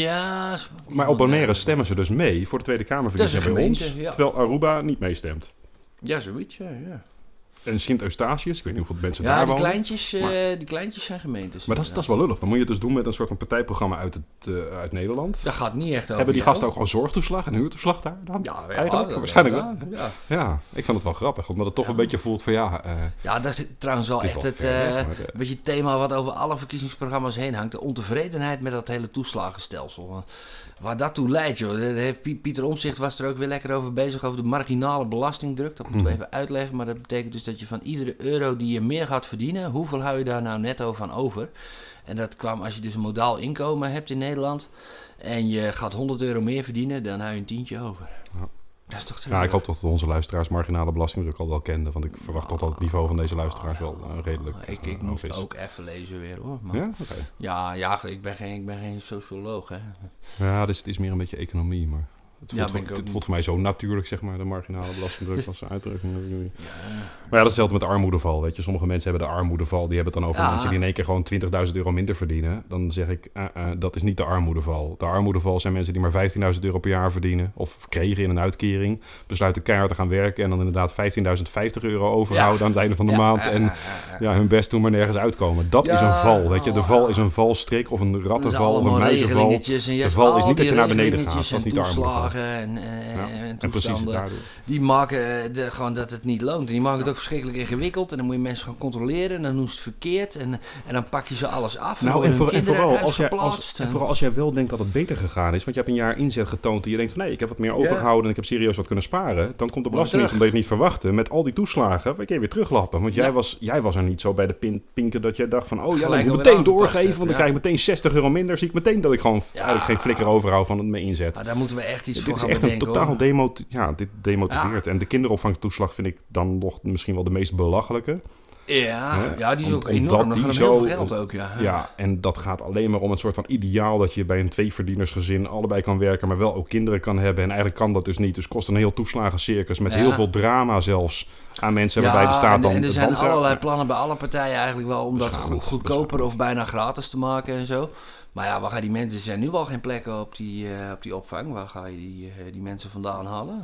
maar op Bonaire stemmen ze dus mee voor de Tweede Kamerverkiezingen bij ons, terwijl Aruba niet meestemt. Ja, zoiets, ja. En Sint-Eustatius, ik weet niet hoeveel mensen daar wonen. Die kleintjes zijn gemeentes. Maar dat is wel lullig. Dan moet je het dus doen met een soort van partijprogramma uit Nederland. Dat gaat niet echt over. Hebben die gasten ook al zorgtoeslag en huurtoeslag daar dan? Ja, eigenlijk. Waarschijnlijk wel. Ja, ik vond het wel grappig, omdat het toch een beetje voelt van dat is trouwens wel echt een beetje het thema wat over alle verkiezingsprogramma's heen hangt. De ontevredenheid met dat hele toeslagenstelsel. Waar dat toe leidt, joh. Pieter Omtzigt was er ook weer lekker over bezig, over de marginale belastingdruk. Dat moeten we even uitleggen, maar dat betekent dus dat je van iedere euro die je meer gaat verdienen, hoeveel hou je daar nou netto van over? En dat kwam als je dus een modaal inkomen hebt in Nederland en je gaat €100 meer verdienen, dan hou je een tientje over. Ja. Dat is toch te Ja, ik hoop dat onze luisteraars marginale belastingdruk al wel kenden. Want ik verwacht toch dat het niveau van deze luisteraars wel redelijk Ik moest is. ook even lezen weer hoor. Maar, Ja? Oké. Ja, ik ben geen socioloog hè. Ja, dus het is meer een beetje economie, maar het voelt voor mij zo natuurlijk, zeg maar, de marginale belastingdruk als uitdrukking. Ja. Maar ja, dat is hetzelfde met de armoedeval, weet je. Sommige mensen hebben de armoedeval, die hebben het dan over mensen die in één keer gewoon €20.000 minder verdienen. Dan zeg ik, dat is niet de armoedeval. De armoedeval zijn mensen die maar €15.000 per jaar verdienen, of kregen in een uitkering, besluiten keihard te gaan werken en dan inderdaad €15.050 overhouden aan het einde van de maand en hun best doen maar nergens uitkomen. Dat is een val, weet je. De val is een valstrik of een rattenval of een muizenval. De val is niet dat je naar beneden gaat, dat is niet de armoedeval. En toestanden, en die maken gewoon dat het niet loont. En die maken het ook verschrikkelijk ingewikkeld. En dan moet je mensen gaan controleren. En dan doen ze het verkeerd. En dan pak je ze alles af. Nou, en vooral als jij wel denkt dat het beter gegaan is. Want je hebt een jaar inzet getoond. En je denkt van nee, ik heb wat meer overgehouden. En ik heb serieus wat kunnen sparen. Dan komt de belastingdienst, omdat je het niet verwachtte. Met al die toeslagen, dan kun je weer teruglappen. Want jij was er niet zo bij de pinken dat jij dacht van oh ja, ik moet meteen doorgeven. Want dan krijg ik meteen €60 minder. Zie ik meteen dat ik gewoon eigenlijk geen flikker overhoud van het mee inzet. Maar daar moeten we echt iets voor gaan bedenken. Dit is echt een totaal dit demotiveert. Ja. En de kinderopvangtoeslag vind ik dan nog misschien wel de meest belachelijke. Ja, die is ook enorm. Dan gaat heel veel geld ook, Ja, en dat gaat alleen maar om een soort van ideaal dat je bij een tweeverdienersgezin allebei kan werken, maar wel ook kinderen kan hebben. En eigenlijk kan dat dus niet. Dus kost een heel toeslagencircus met heel veel drama zelfs aan mensen waarbij de staat dan... en er zijn allerlei plannen bij alle partijen eigenlijk wel om dat goedkoper of bijna gratis te maken en zo. Maar ja, waar gaan die mensen... Er zijn nu al geen plekken op die opvang. Waar ga je die mensen vandaan halen?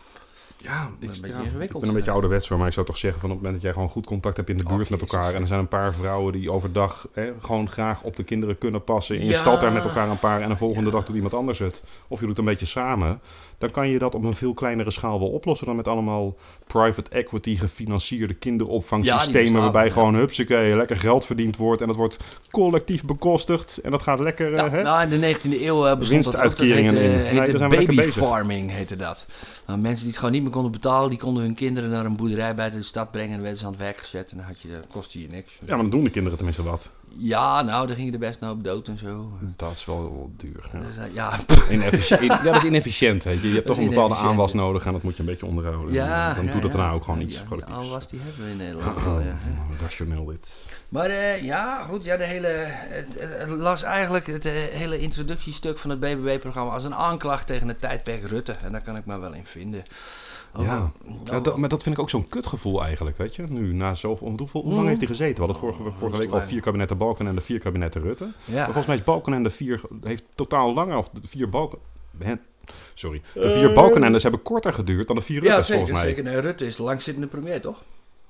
Ja, een beetje ingewikkeld. Ik ben een beetje ouderwets hoor, maar ik zou toch zeggen van op het moment dat jij gewoon goed contact hebt in de buurt met elkaar en er zijn een paar vrouwen die overdag gewoon graag op de kinderen kunnen passen en je stalt daar met elkaar een paar en de volgende dag doet iemand anders het. Of je doet het een beetje samen. Dan kan je dat op een veel kleinere schaal wel oplossen dan met allemaal private equity gefinancierde kinderopvangsystemen waarbij gewoon hupsakee, lekker geld verdiend wordt en dat wordt collectief bekostigd en dat gaat lekker... Nou, in de 19e eeuw bestond dat ook. Dat heette babyfarming, heette dat. Nou, mensen die het gewoon niet meer konden betalen, die konden hun kinderen naar een boerderij buiten de stad brengen en dan werden ze aan het werk gezet en dan kostte je niks. Ja, maar dan doen de kinderen tenminste wat. Ja, nou, dan gingen er best nou op dood en zo. Dat is wel duur. Ja, dat is inefficiënt, weet je. Je hebt toch een bepaalde aanwas nodig en dat moet je een beetje onderhouden. Ja, dan doet het daarna ook gewoon iets collectiefs. De aanwas die hebben we in Nederland wel, rationeel dit. Maar goed, het las eigenlijk het hele introductiestuk van het BBB-programma als een aanklacht tegen het tijdperk Rutte. En daar kan ik me wel in vinden. Maar dat vind ik ook zo'n kutgevoel eigenlijk, weet je. Nu, na zoveel... Hoe lang heeft hij gezeten? We hadden vorige week al 4 kabinetten Balkenende en 4 kabinetten Rutte. Ja. Maar volgens mij is Balkenende 4... heeft totaal langer... of de 4 Balken... Sorry. De 4 Balkenendes hebben korter geduurd dan de 4 Rutte's, volgens mij. Ja, zeker. Nee, Rutte is de langzittende premier, toch?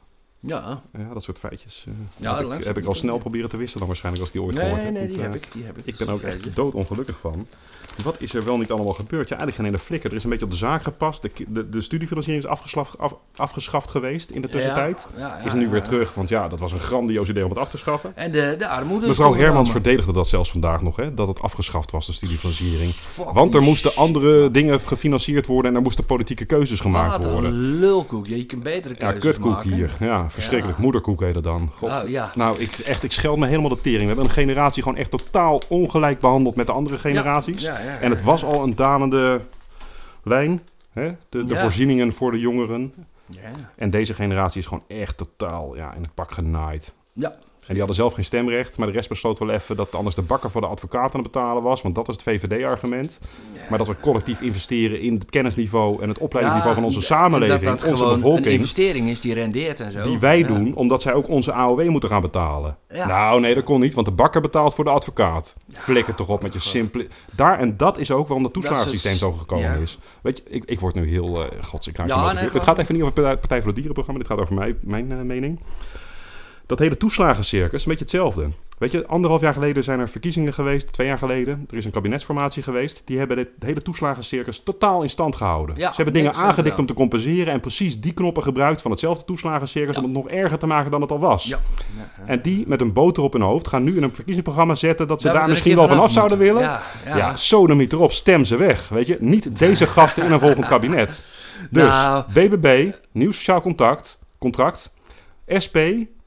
Ja, dat soort feitjes heb ik al snel proberen te wisselen dan waarschijnlijk als die ooit gehoord heb. Nee, die heb ik. Ik ben ook echt doodongelukkig van. Wat is er wel niet allemaal gebeurd? Ja, eigenlijk geen hele flikker. Er is een beetje op de zaak gepast. De studiefinanciering is afgeschaft geweest in de tussentijd. Is nu weer terug, want dat was een grandioos idee om het af te schaffen. En de armoede... Mevrouw Hermans verdedigde dat zelfs vandaag nog, hè, dat het afgeschaft was, de studiefinanciering. Want er moesten andere dingen gefinancierd worden en er moesten politieke keuzes gemaakt worden. Wat een lulkoek. Je kunt betere keuzes maken. Ja, kutkoek hier. Ja, verschrikkelijk. Moederkoek heet dat dan. Nou, ik scheld me helemaal de tering. We hebben een generatie gewoon echt totaal ongelijk behandeld met de andere generaties. En het was al een dalende lijn. Hè? De voorzieningen voor de jongeren. Ja. En deze generatie is gewoon echt totaal in het pak genaaid. Ja. En die hadden zelf geen stemrecht, maar de rest besloot wel even dat anders de bakker voor de advocaat aan het betalen was. Want dat is het VVD-argument. Ja. Maar dat we collectief investeren in het kennisniveau en het opleidingsniveau van onze samenleving, onze bevolking. Een investering is die rendeert en zo. Die wij doen, omdat zij ook onze AOW moeten gaan betalen. Ja. Nou, nee, dat kon niet, want de bakker betaalt voor de advocaat. Ja. Flikker toch op met je simpele... En dat is ook waarom het toeslagensysteem zo gekomen is. Weet je, ik word nu heel... Het gaat even niet over het Partij voor het Dierenprogramma, dit gaat over mijn mening. Dat hele toeslagencircus, een beetje hetzelfde. Weet je, 1,5 jaar geleden zijn er verkiezingen geweest, 2 jaar geleden. Er is een kabinetsformatie geweest. Die hebben het hele toeslagencircus totaal in stand gehouden. Ja, ze hebben dingen aangedikt om te compenseren en precies die knoppen gebruikt van hetzelfde toeslagencircus om het nog erger te maken dan het al was. Ja. En die met een boter op hun hoofd gaan nu in een verkiezingsprogramma zetten dat ze daar misschien wel vanaf zouden willen. Ja, sodemiet erop, stem ze weg. Weet je, niet deze gasten in een volgend kabinet. Dus BBB, nieuw sociaal contract, SP...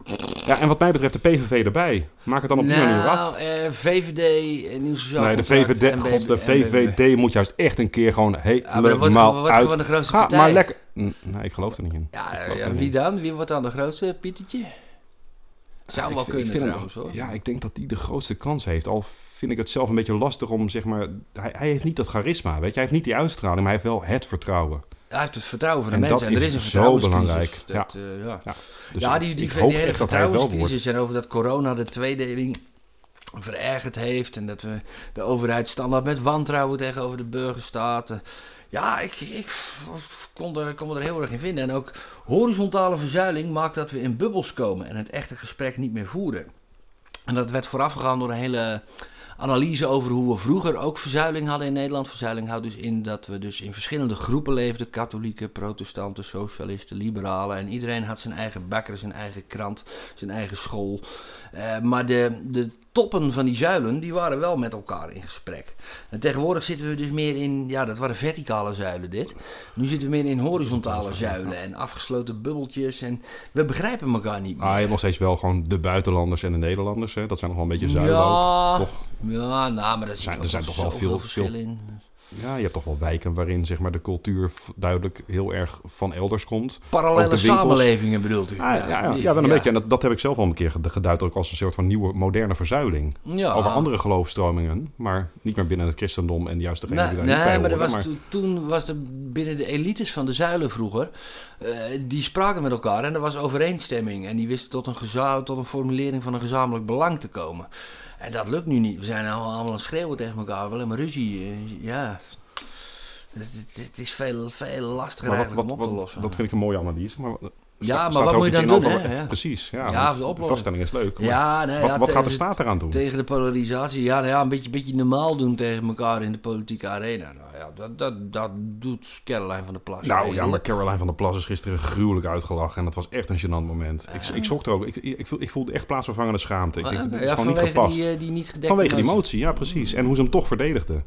Ja, en wat mij betreft de PVV erbij. Maak het dan op die manier af. VVD, Nieuw Sociaal Nee, de VVD moet juist echt een keer gewoon helemaal wordt uit. gewoon de grootste partij. Maar lekker. Nee, ik geloof er niet in. Ja, wie dan? Wie wordt dan de grootste, Pietertje? Zou wel kunnen trouwens, hoor. Ja, ik denk dat die de grootste kans heeft. Al vind ik het zelf een beetje lastig om, zeg maar... Hij heeft niet dat charisma, weet je. Hij heeft niet die uitstraling, maar hij heeft wel het vertrouwen. Hij heeft het vertrouwen van de en mensen. En er is een zo belangrijk. Die hele vertrouwenscrisis en over dat corona de tweedeling verergerd heeft. En dat we de overheid standaard met wantrouwen tegenover de burger staat. Ja, ik kon er heel erg in vinden. En ook horizontale verzuiling maakt dat we in bubbels komen en het echte gesprek niet meer voeren. En dat werd voorafgegaan door een hele analyse over hoe we vroeger ook verzuiling hadden in Nederland. Verzuiling houdt dus in dat we dus in verschillende groepen leefden. Katholieken, protestanten, socialisten, liberalen. En iedereen had zijn eigen bakker, zijn eigen krant, zijn eigen school. Maar de toppen van die zuilen, die waren wel met elkaar in gesprek. En tegenwoordig zitten we dus meer in, ja, dat waren verticale zuilen dit. Nu zitten we meer in horizontale zuilen en afgesloten bubbeltjes. En we begrijpen elkaar niet meer. Je hebt nog steeds wel gewoon de buitenlanders en de Nederlanders. Hè? Dat zijn nog wel een beetje zuilen ook, toch? Ja, nou, maar er zijn toch wel veel verschil in. Ja, je hebt toch wel wijken waarin, zeg maar, de cultuur duidelijk heel erg van elders komt. Parallele samenlevingen bedoelt u? Ja, wel een beetje. En dat heb ik zelf al een keer geduid ook als een soort van nieuwe, moderne verzuiling. Ja. Over andere geloofstromingen, maar niet meer binnen het christendom en juist degene die daar niet bij horen. Toen was er binnen de elites van de zuilen vroeger, die spraken met elkaar en er was overeenstemming. En die wisten tot een formulering van een gezamenlijk belang te komen. En dat lukt nu niet. We zijn allemaal aan het schreeuwen tegen elkaar. Wel maar ruzie. Ja. Het is veel lastiger eigenlijk om op te lossen. Dat vind ik een mooie analyse. Maar maar wat moet je dan doen? Hè? Precies. De vaststelling is leuk. Wat gaat de staat eraan doen? Tegen de polarisatie. een beetje normaal doen tegen elkaar in de politieke arena. Dat doet Caroline van der Plas. Maar Caroline van der Plas is gisteren gruwelijk uitgelachen. En dat was echt een gênant moment. Ik schrok er ook. Ik voelde echt plaatsvervangende schaamte. Het is gewoon niet gepast. Die niet gedekte vanwege die motie, ja precies. En hoe ze hem toch verdedigde.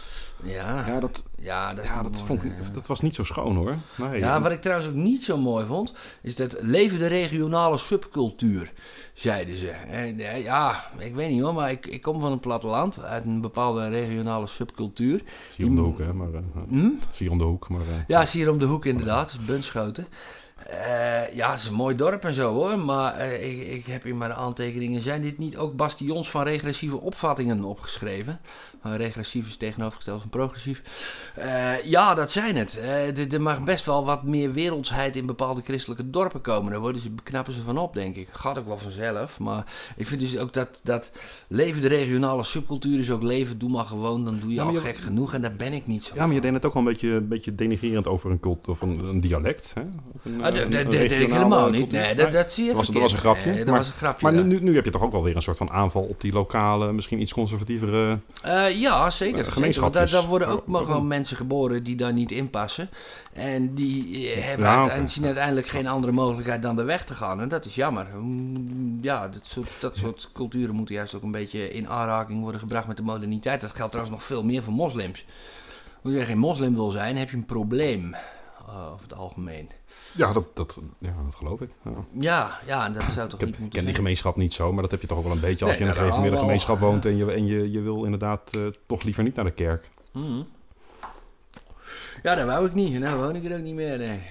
Dat was niet zo schoon hoor. Nee, wat ik trouwens ook niet zo mooi vond, is dat leven de regionale subcultuur, zeiden ze. En, ik weet niet hoor, maar ik kom van een platteland, uit een bepaalde regionale subcultuur. Zie je om de hoek, hè? Zie je om de hoek. Ja, zie je om de hoek inderdaad, Bunschoten. Het is een mooi dorp en zo hoor, maar ik heb in mijn aantekeningen, zijn dit niet ook bastions van regressieve opvattingen opgeschreven? Regressief is tegenovergesteld van progressief. Dat zijn het. Er mag best wel wat meer wereldsheid in bepaalde christelijke dorpen komen. Daar knappen ze van op, denk ik. Gaat ook wel vanzelf, maar ik vind dus ook dat leven de regionale subcultuur is ook leven, doe maar gewoon, dan doe je al gek genoeg en daar ben ik niet zo van. Maar je deed het ook wel een beetje denigrerend over een cult of een dialect, hè? Dat deed ik helemaal niet. Nee, dat zie je dat was een grapje. Dat was een grapje. Maar nu heb je toch ook wel weer een soort van aanval op die lokale, misschien iets conservatievere zeker. gemeenschap. Daar worden ook maar gewoon mensen geboren die daar niet in passen. En die zien uiteindelijk geen andere mogelijkheid dan de weg te gaan. En dat is jammer. Dat soort culturen moeten juist ook een beetje in aanraking worden gebracht met de moderniteit. Dat geldt trouwens nog veel meer voor moslims. Als je geen moslim wil zijn, heb je een probleem. Over het algemeen. Ja, dat geloof ik. En dat zou toch niet moeten Ik ken die gemeenschap niet zo, maar dat heb je toch ook wel een beetje als je in een gereformeerde gemeenschap woont en je wil inderdaad toch liever niet naar de kerk. Mm. Ja, dat wou ik niet. Nou woon ik er ook niet meer, nee.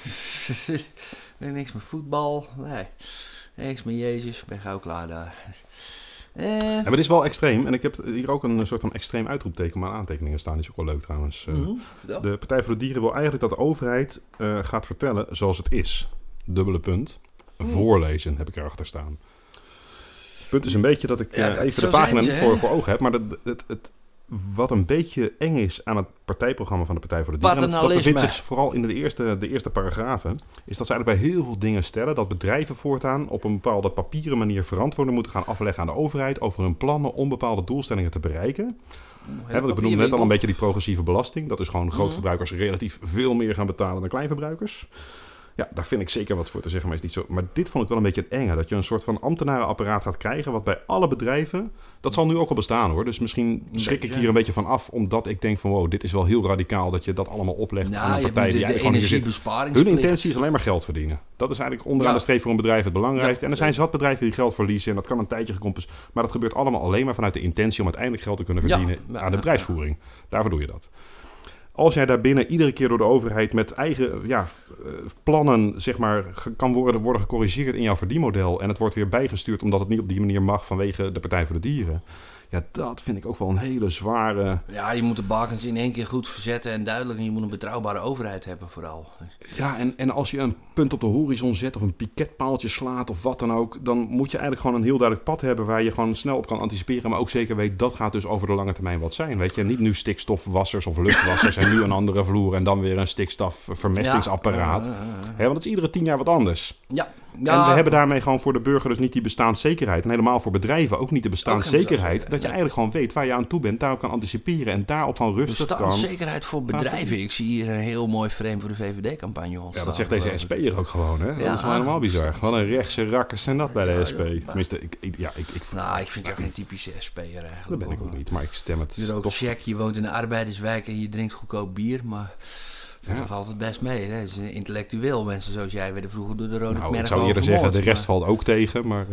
Niks met voetbal, nee. Niks met Jezus, ben gauw klaar daar. Maar het is wel extreem. En ik heb hier ook een soort van extreem uitroepteken op mijn aantekeningen staan. Die is ook wel leuk trouwens. De Partij voor de Dieren wil eigenlijk dat de overheid gaat vertellen zoals het is. Dubbele punt. Voorlezen heb ik erachter staan. Het punt is een beetje dat ik even de pagina niet voor ogen heb. Maar wat een beetje eng is aan het partijprogramma van de Partij voor de Dieren, en dat bevindt zich vooral in de eerste paragrafen, is dat ze eigenlijk bij heel veel dingen stellen dat bedrijven voortaan op een bepaalde papieren manier verantwoording moeten gaan afleggen aan de overheid over hun plannen om bepaalde doelstellingen te bereiken. Want ik bedoel net al een beetje die progressieve belasting. Dat is gewoon grootverbruikers relatief veel meer gaan betalen dan kleinverbruikers. Ja, daar vind ik zeker wat voor te zeggen, maar is niet zo. Maar dit vond ik wel een beetje het enge. Dat je een soort van ambtenarenapparaat gaat krijgen, wat bij alle bedrijven... Dat zal nu ook al bestaan hoor. Dus misschien schrik ik hier een beetje van af, omdat ik denk van wow, dit is wel heel radicaal dat je dat allemaal oplegt aan een partij die eigenlijk gewoon hier zit. Hun intentie is alleen maar geld verdienen. Dat is eigenlijk onderaan de streep voor een bedrijf het belangrijkste. En er zijn zat bedrijven die geld verliezen en dat kan een tijdje gecompenseerd. Maar dat gebeurt allemaal alleen maar vanuit de intentie om uiteindelijk geld te kunnen verdienen aan de bedrijfsvoering. Daarvoor doe je dat. Als jij daarbinnen iedere keer door de overheid met eigen plannen zeg maar, kan worden gecorrigeerd in jouw verdienmodel en het wordt weer bijgestuurd omdat het niet op die manier mag vanwege de Partij voor de Dieren. Ja, dat vind ik ook wel een hele zware... Ja, je moet de bakens in één keer goed verzetten en duidelijk. En je moet een betrouwbare overheid hebben vooral. Ja, en als je een punt op de horizon zet of een piketpaaltje slaat of wat dan ook... dan moet je eigenlijk gewoon een heel duidelijk pad hebben waar je gewoon snel op kan anticiperen. Maar ook zeker weet, dat gaat dus over de lange termijn wat zijn. Weet je, niet nu stikstofwassers of luchtwassers en nu een andere vloer en dan weer een stikstofvermestingsapparaat. Want het is iedere 10 jaar wat anders. Ja. En we hebben daarmee gewoon voor de burger dus niet die bestaanszekerheid. En helemaal voor bedrijven ook niet de bestaanszekerheid. Dat je eigenlijk gewoon weet waar je aan toe bent. Daarop kan anticiperen en daarop gewoon rustig kan... Bestaanszekerheid voor bedrijven. Ik zie hier een heel mooi frame voor de VVD-campagne ontstaan. Ja, dat zegt deze SP'er ook gewoon. Hè? Dat is wel helemaal bizar. Wat een rechtse rakkers zijn dat bij de SP. Tenminste, ik vind jou geen typische SP'er eigenlijk. Dat ben ik ook niet, maar ik stem het. Je ook check, je woont in een arbeiderswijk en je drinkt goedkoop bier, maar... Dat valt het best mee. Hè? Het is intellectueel. Mensen zoals jij werden vroeger door de Rode Khmer. Ik zou eerder zeggen, de rest valt ook tegen. Maar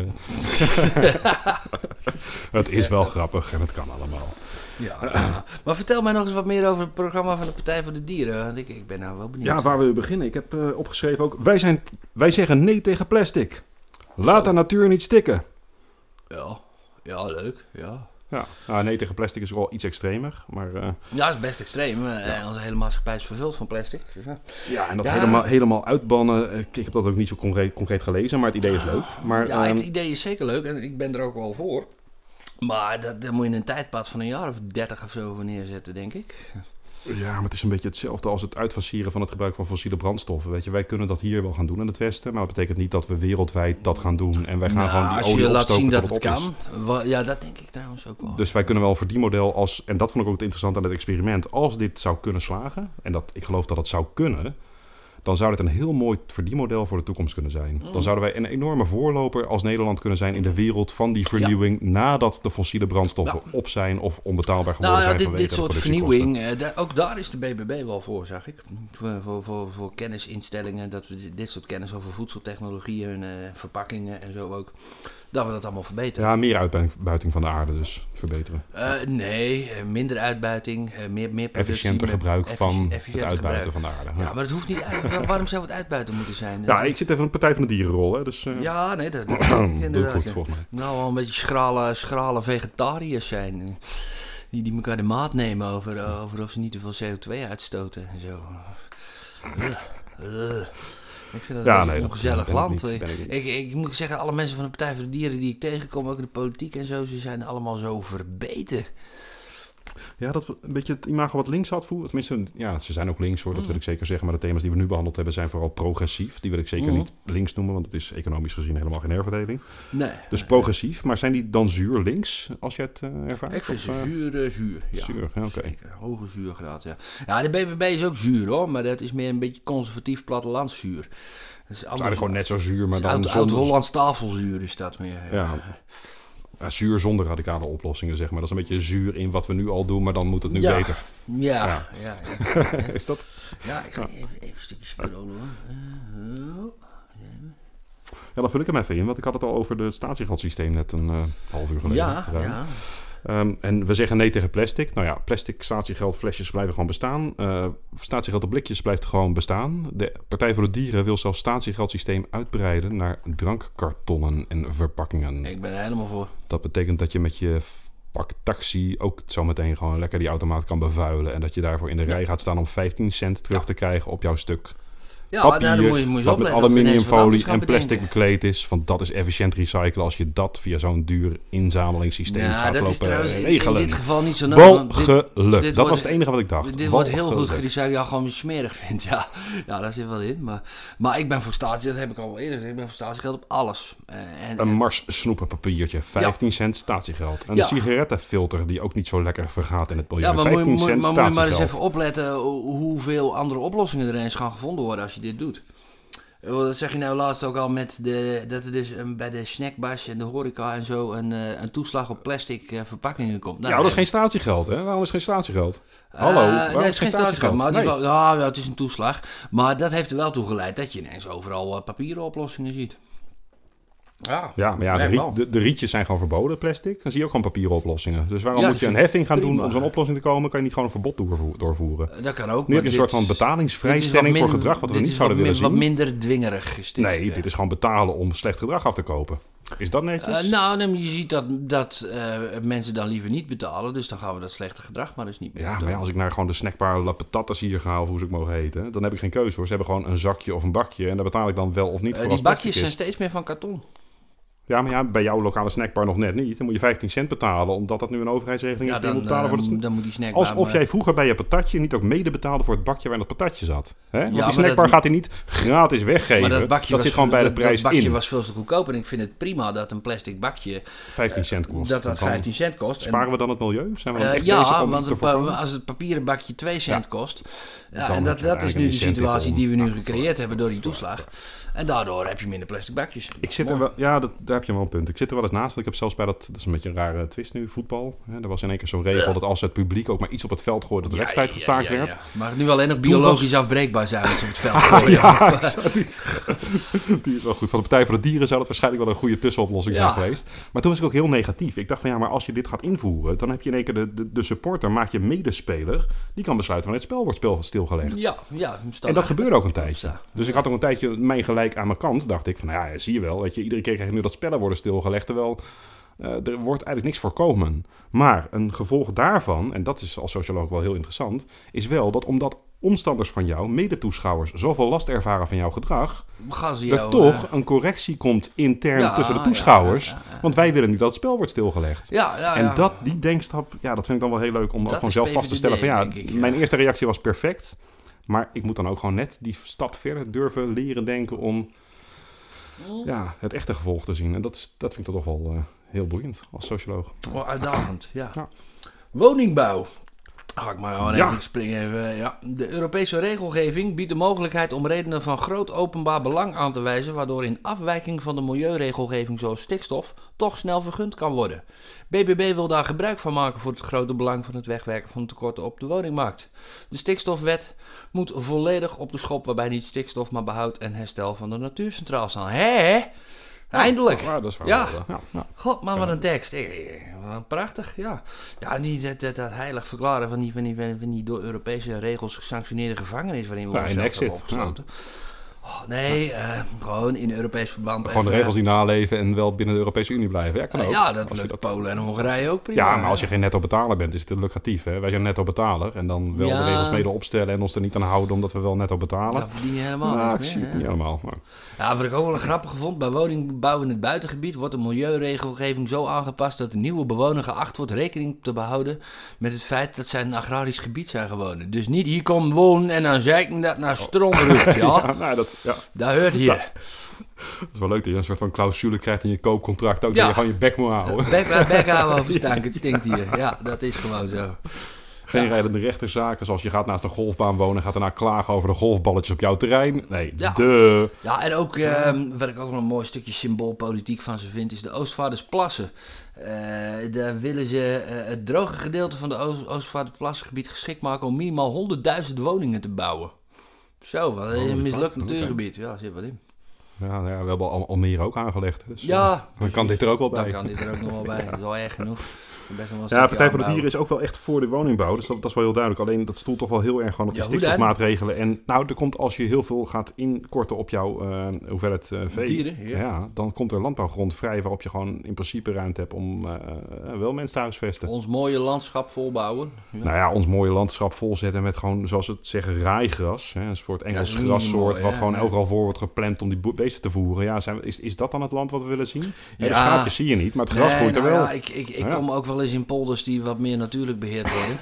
het is wel grappig en het kan allemaal. Ja. Maar vertel mij nog eens wat meer over het programma van de Partij voor de Dieren. Want ik ben nou wel benieuwd. Ja, waar we beginnen. Ik heb opgeschreven ook... Wij zeggen nee tegen plastic. Laat de natuur niet stikken. Ja, leuk. Ja. Ja, nee tegen plastic is wel iets extremer, maar... Ja, dat is best extreem. Onze hele maatschappij is vervuld van plastic. Ja, en dat helemaal uitbannen... Ik heb dat ook niet zo concreet gelezen, maar het idee is leuk. Maar, het idee is zeker leuk en ik ben er ook wel voor. Maar daar moet je een tijdpad van een jaar of 30 of zo voor neerzetten, denk ik. Ja, maar het is een beetje hetzelfde als het uitfaseren van het gebruik van fossiele brandstoffen. Weet je, wij kunnen dat hier wel gaan doen in het Westen, maar dat betekent niet dat we wereldwijd dat gaan doen. En wij gaan gewoon die olie opstoken. Als je laat zien dat het kan. Ja, dat denk ik trouwens ook wel. Dus wij kunnen wel een verdienmodel als, en dat vond ik ook het interessante aan het experiment, als dit zou kunnen slagen, en ik geloof dat het zou kunnen, dan zou het een heel mooi verdienmodel voor de toekomst kunnen zijn. Dan zouden wij een enorme voorloper als Nederland kunnen zijn in de wereld van die vernieuwing nadat de fossiele brandstoffen op zijn of onbetaalbaar geworden zijn. Dit soort vernieuwing, ook daar is de BBB wel voor, zag ik. Voor kennisinstellingen, dat we dit soort kennis over voedseltechnologieën en verpakkingen en zo ook, dat we dat allemaal verbeteren. Ja, meer uitbuiting van de aarde dus verbeteren. Nee, minder uitbuiting, meer productie. Efficiënter gebruik van het uitbuiten van de aarde. Ja, maar dat hoeft niet waarom zou het uitbuiten moeten zijn? Ja, ik zit even een Partij van de Dierenrol, hè, dus... Ja, nee, dat doe ik goed, volgens mij. Nou, wel een beetje schrale vegetariërs zijn. Die elkaar de maat nemen over of ze niet te veel CO2 uitstoten en zo. Ik vind dat een ongezellig land. Ik moet zeggen, alle mensen van de Partij voor de Dieren die ik tegenkom, ook in de politiek en zo, ze zijn allemaal zo verbeten. Ja, dat een beetje het imago wat links had voeren. Tenminste, ja, ze zijn ook links hoor, dat wil ik zeker zeggen. Maar de thema's die we nu behandeld hebben zijn vooral progressief. Die wil ik zeker niet links noemen, want het is economisch gezien helemaal geen herverdeling. Nee. Dus progressief, maar zijn die dan zuur links, als je het ervaart? Ik vind ze zuur. Ja. Zuur, oké. Zeker, hoge zuurgraad, ja. Ja, de BBB is ook zuur hoor, maar dat is meer een beetje conservatief plattelandszuur. Dat is eigenlijk gewoon net zo zuur, maar dan... Oud-Hollands tafelzuur is dat meer. Ja. Zuur zonder radicale oplossingen, zeg maar. Dat is een beetje zuur in wat we nu al doen, maar dan moet het nu beter. Ja. Is dat? Ja, ik ga even een stukje scrollen. Ja, dan vul ik hem even in, want ik had het al over het statiegeldsysteem net een half uur geleden. Ja. En we zeggen nee tegen plastic. Nou ja, plastic statiegeldflesjes blijven gewoon bestaan. Statiegeld op blikjes blijft gewoon bestaan. De Partij voor de Dieren wil zelfs statiegeldsysteem uitbreiden naar drankkartonnen en verpakkingen. Ik ben er helemaal voor. Dat betekent dat je met je pak taxi ook zometeen gewoon lekker die automaat kan bevuilen. En dat je daarvoor in de rij gaat staan om 15 cent terug te krijgen op jouw stuk. Ja, papier, dan moet je dat met aluminiumfolie en plastic bekleed is. Want dat is efficiënt recyclen als je dat via zo'n duur inzamelingssysteem gaat lopen regelen. In dit geval niet zo nodig. Walgeluk. Dat was het enige wat ik dacht. Dit wordt heel goed gerecycled. Ja, gewoon smerig vindt. Ja, daar zit wel in. Maar ik ben voor statie, dat heb ik al eerder gezegd. Ik ben voor statiegeld op alles. Een Mars snoepenpapiertje. 15 cent statiegeld. Een sigarettenfilter die ook niet zo lekker vergaat in het milieu. Ja, maar 15 cent moet je maar eens even opletten hoeveel andere oplossingen er eens gaan gevonden worden als je dit doet. Dat zeg je nou laatst ook al met dat er dus bij de snackbars en de horeca en zo een toeslag op plastic verpakkingen komt. Nou, dat is geen statiegeld, hè? Waarom is geen statiegeld? Hallo, waarom nee, is geen statiegeld, maar nee. het is een toeslag. Maar dat heeft er wel toe geleid dat je ineens overal papieren oplossingen ziet. Ja, maar de rietjes zijn gewoon verboden, plastic. Dan zie je ook gewoon papieren oplossingen. Dus waarom moet je een heffing gaan doen om zo'n oplossing te komen? Kan je niet gewoon een verbod doorvoeren? Dat kan ook. Nu heb je een soort van betalingsvrijstelling voor gedrag wat we niet zouden willen zien. Wat minder dwingerig is dit. Nee, dit is gewoon betalen om slecht gedrag af te kopen. Is dat netjes? Je ziet dat mensen dan liever niet betalen. Dus dan gaan we dat slechte gedrag maar dus niet meer doen. Maar als ik naar gewoon de snackbar La Patatas hier ga, of hoe ze ook mogen heten, dan heb ik geen keuze hoor. Ze hebben gewoon een zakje of een bakje en daar betaal ik dan wel of niet voor. Die bakjes zijn steeds meer van karton. Ja, maar bij jouw lokale snackbar nog net niet. Dan moet je 15 cent betalen, omdat dat nu een overheidsregeling is. Die je moet betalen voor dan moet die snackbar... Alsof jij vroeger bij je patatje niet ook mede betaalde voor het bakje waarin dat patatje zat. Hè? Want die snackbar gaat hij niet gratis weggeven. Maar dat zit gewoon bij de prijs in. Dat bakje was veel te goedkoper. En ik vind het prima dat een plastic bakje... 15 cent kost. Dat 15 cent kost. Sparen we dan het milieu? Zijn we dan echt bezig om want als het papieren bakje 2 cent kost... en dat is nu de situatie die we nu gecreëerd hebben door die toeslag. En daardoor heb je minder plastic bakjes. Ik zit er wel, daar heb je wel een punt. Ik zit er wel eens naast, want ik heb zelfs bij dat is een beetje een rare twist nu, voetbal. Er was in één keer zo'n regel dat als het publiek ook maar iets op het veld gooide, dat de wedstrijd gestaakt werd. Ja. Mag het nu alleen nog biologisch afbreekbaar zijn als ze op het veld gooien? Die is wel goed. Van de Partij voor de Dieren zou dat waarschijnlijk wel een goede tussenoplossing zijn geweest. Maar toen was ik ook heel negatief. Ik dacht van maar als je dit gaat invoeren, dan heb je in één keer de supporter, maak je medespeler, die kan besluiten wanneer het spel wordt stilgelegd. Ja. En dat gebeurde ook een tijdje. Dus ik had ook een tijdje mijn gelijk aan mijn kant, dacht ik van zie je wel, weet je, iedere keer krijg je nu dat spellen worden stilgelegd, terwijl er wordt eigenlijk niks voorkomen. Maar een gevolg daarvan, en dat is als socioloog wel heel interessant, is wel dat omdat omstanders van jou, medetoeschouwers, zoveel last ervaren van jouw gedrag, er toch een correctie komt intern tussen de toeschouwers. Want wij willen niet dat het spel wordt stilgelegd. Die denkstap, dat vind ik dan wel heel leuk om gewoon zelf vast te stellen van mijn eerste reactie was perfect. Maar ik moet dan ook gewoon net die stap verder durven leren denken om het echte gevolg te zien. En dat vind ik toch wel heel boeiend als socioloog. Wel uitdagend, ja. Woningbouw. Ga ik maar gewoon even springen. De Europese regelgeving biedt de mogelijkheid om redenen van groot openbaar belang aan te wijzen, waardoor in afwijking van de milieuregelgeving zoals stikstof toch snel vergund kan worden. BBB wil daar gebruik van maken voor het grote belang van het wegwerken van tekorten op de woningmarkt. De stikstofwet moet volledig op de schop, waarbij niet stikstof, maar behoud en herstel van de natuur centraal staan. Eindelijk. Ja, dat is waar. God, maar wat een tekst. Prachtig, niet dat heilig verklaren van die door Europese regels gesanctioneerde gevangenis waarin we onszelf hebben opgesloten. Gewoon in Europees verband. Gewoon de regels die naleven en wel binnen de Europese Unie blijven. Ja, kan ook. Dat lukt Polen en Hongarije ook prima. Ja, maar als je geen netto betaler bent, is het lucratief. Hè? Wij zijn netto betaler en dan wel de regels mede opstellen en ons er niet aan houden omdat we wel netto betalen. Dat niet helemaal. Niet helemaal. Maar... wat ik ook wel grappig vond, bij woningbouw in het buitengebied wordt de milieuregelgeving zo aangepast dat de nieuwe bewoner geacht wordt rekening te behouden met het feit dat zij een agrarisch gebied zijn gewonnen. Dus niet hier komen wonen en dan zeiken dat naar stroom roept, dat hoort hier. Dat is wel leuk dat je een soort van clausule krijgt in je koopcontract ook, dat je gewoon je bek moet houden. Bek houden over stank, het stinkt hier. Ja, dat is gewoon zo. Geen rijdende rechterszaken, zoals je gaat naast een golfbaan wonen, gaat daarna klagen over de golfballetjes op jouw terrein. Nee, Ja, en ook, wat ik ook wel een mooi stukje symboolpolitiek van ze vind, is de Oostvaardersplassen. Daar willen ze het droge gedeelte van de Oostvaardersplassengebied geschikt maken om minimaal 100.000 woningen te bouwen. Zo, wat is een mislukt natuurgebied. Ja, zit wat in. Ja, we hebben Almere ook aangelegd. Dus, dan kan dit er ook wel bij. Dan kan dit er ook nog wel bij. Dat is wel erg genoeg. Partij voor de Dieren is ook wel echt voor de woningbouw. Dus dat is wel heel duidelijk. Alleen dat stoelt toch wel heel erg gewoon op die stikstofmaatregelen. En er komt als je heel veel gaat inkorten op jouw hoeveelheid vee. Dieren, dan komt er landbouwgrond vrij waarop je gewoon in principe ruimte hebt om wel mensen te huisvesten. Ons mooie landschap volbouwen. Ons mooie landschap volzetten met gewoon, zoals ze het zeggen, raaigras. Hè, een soort Engels grassoort wat gewoon overal voor wordt gepland om die beesten te voeren. Ja, is dat dan het land wat we willen zien? De schaapjes zie je niet, maar het gras groeit er wel. Ja, ik kom ook wel eens in polders die wat meer natuurlijk beheerd worden.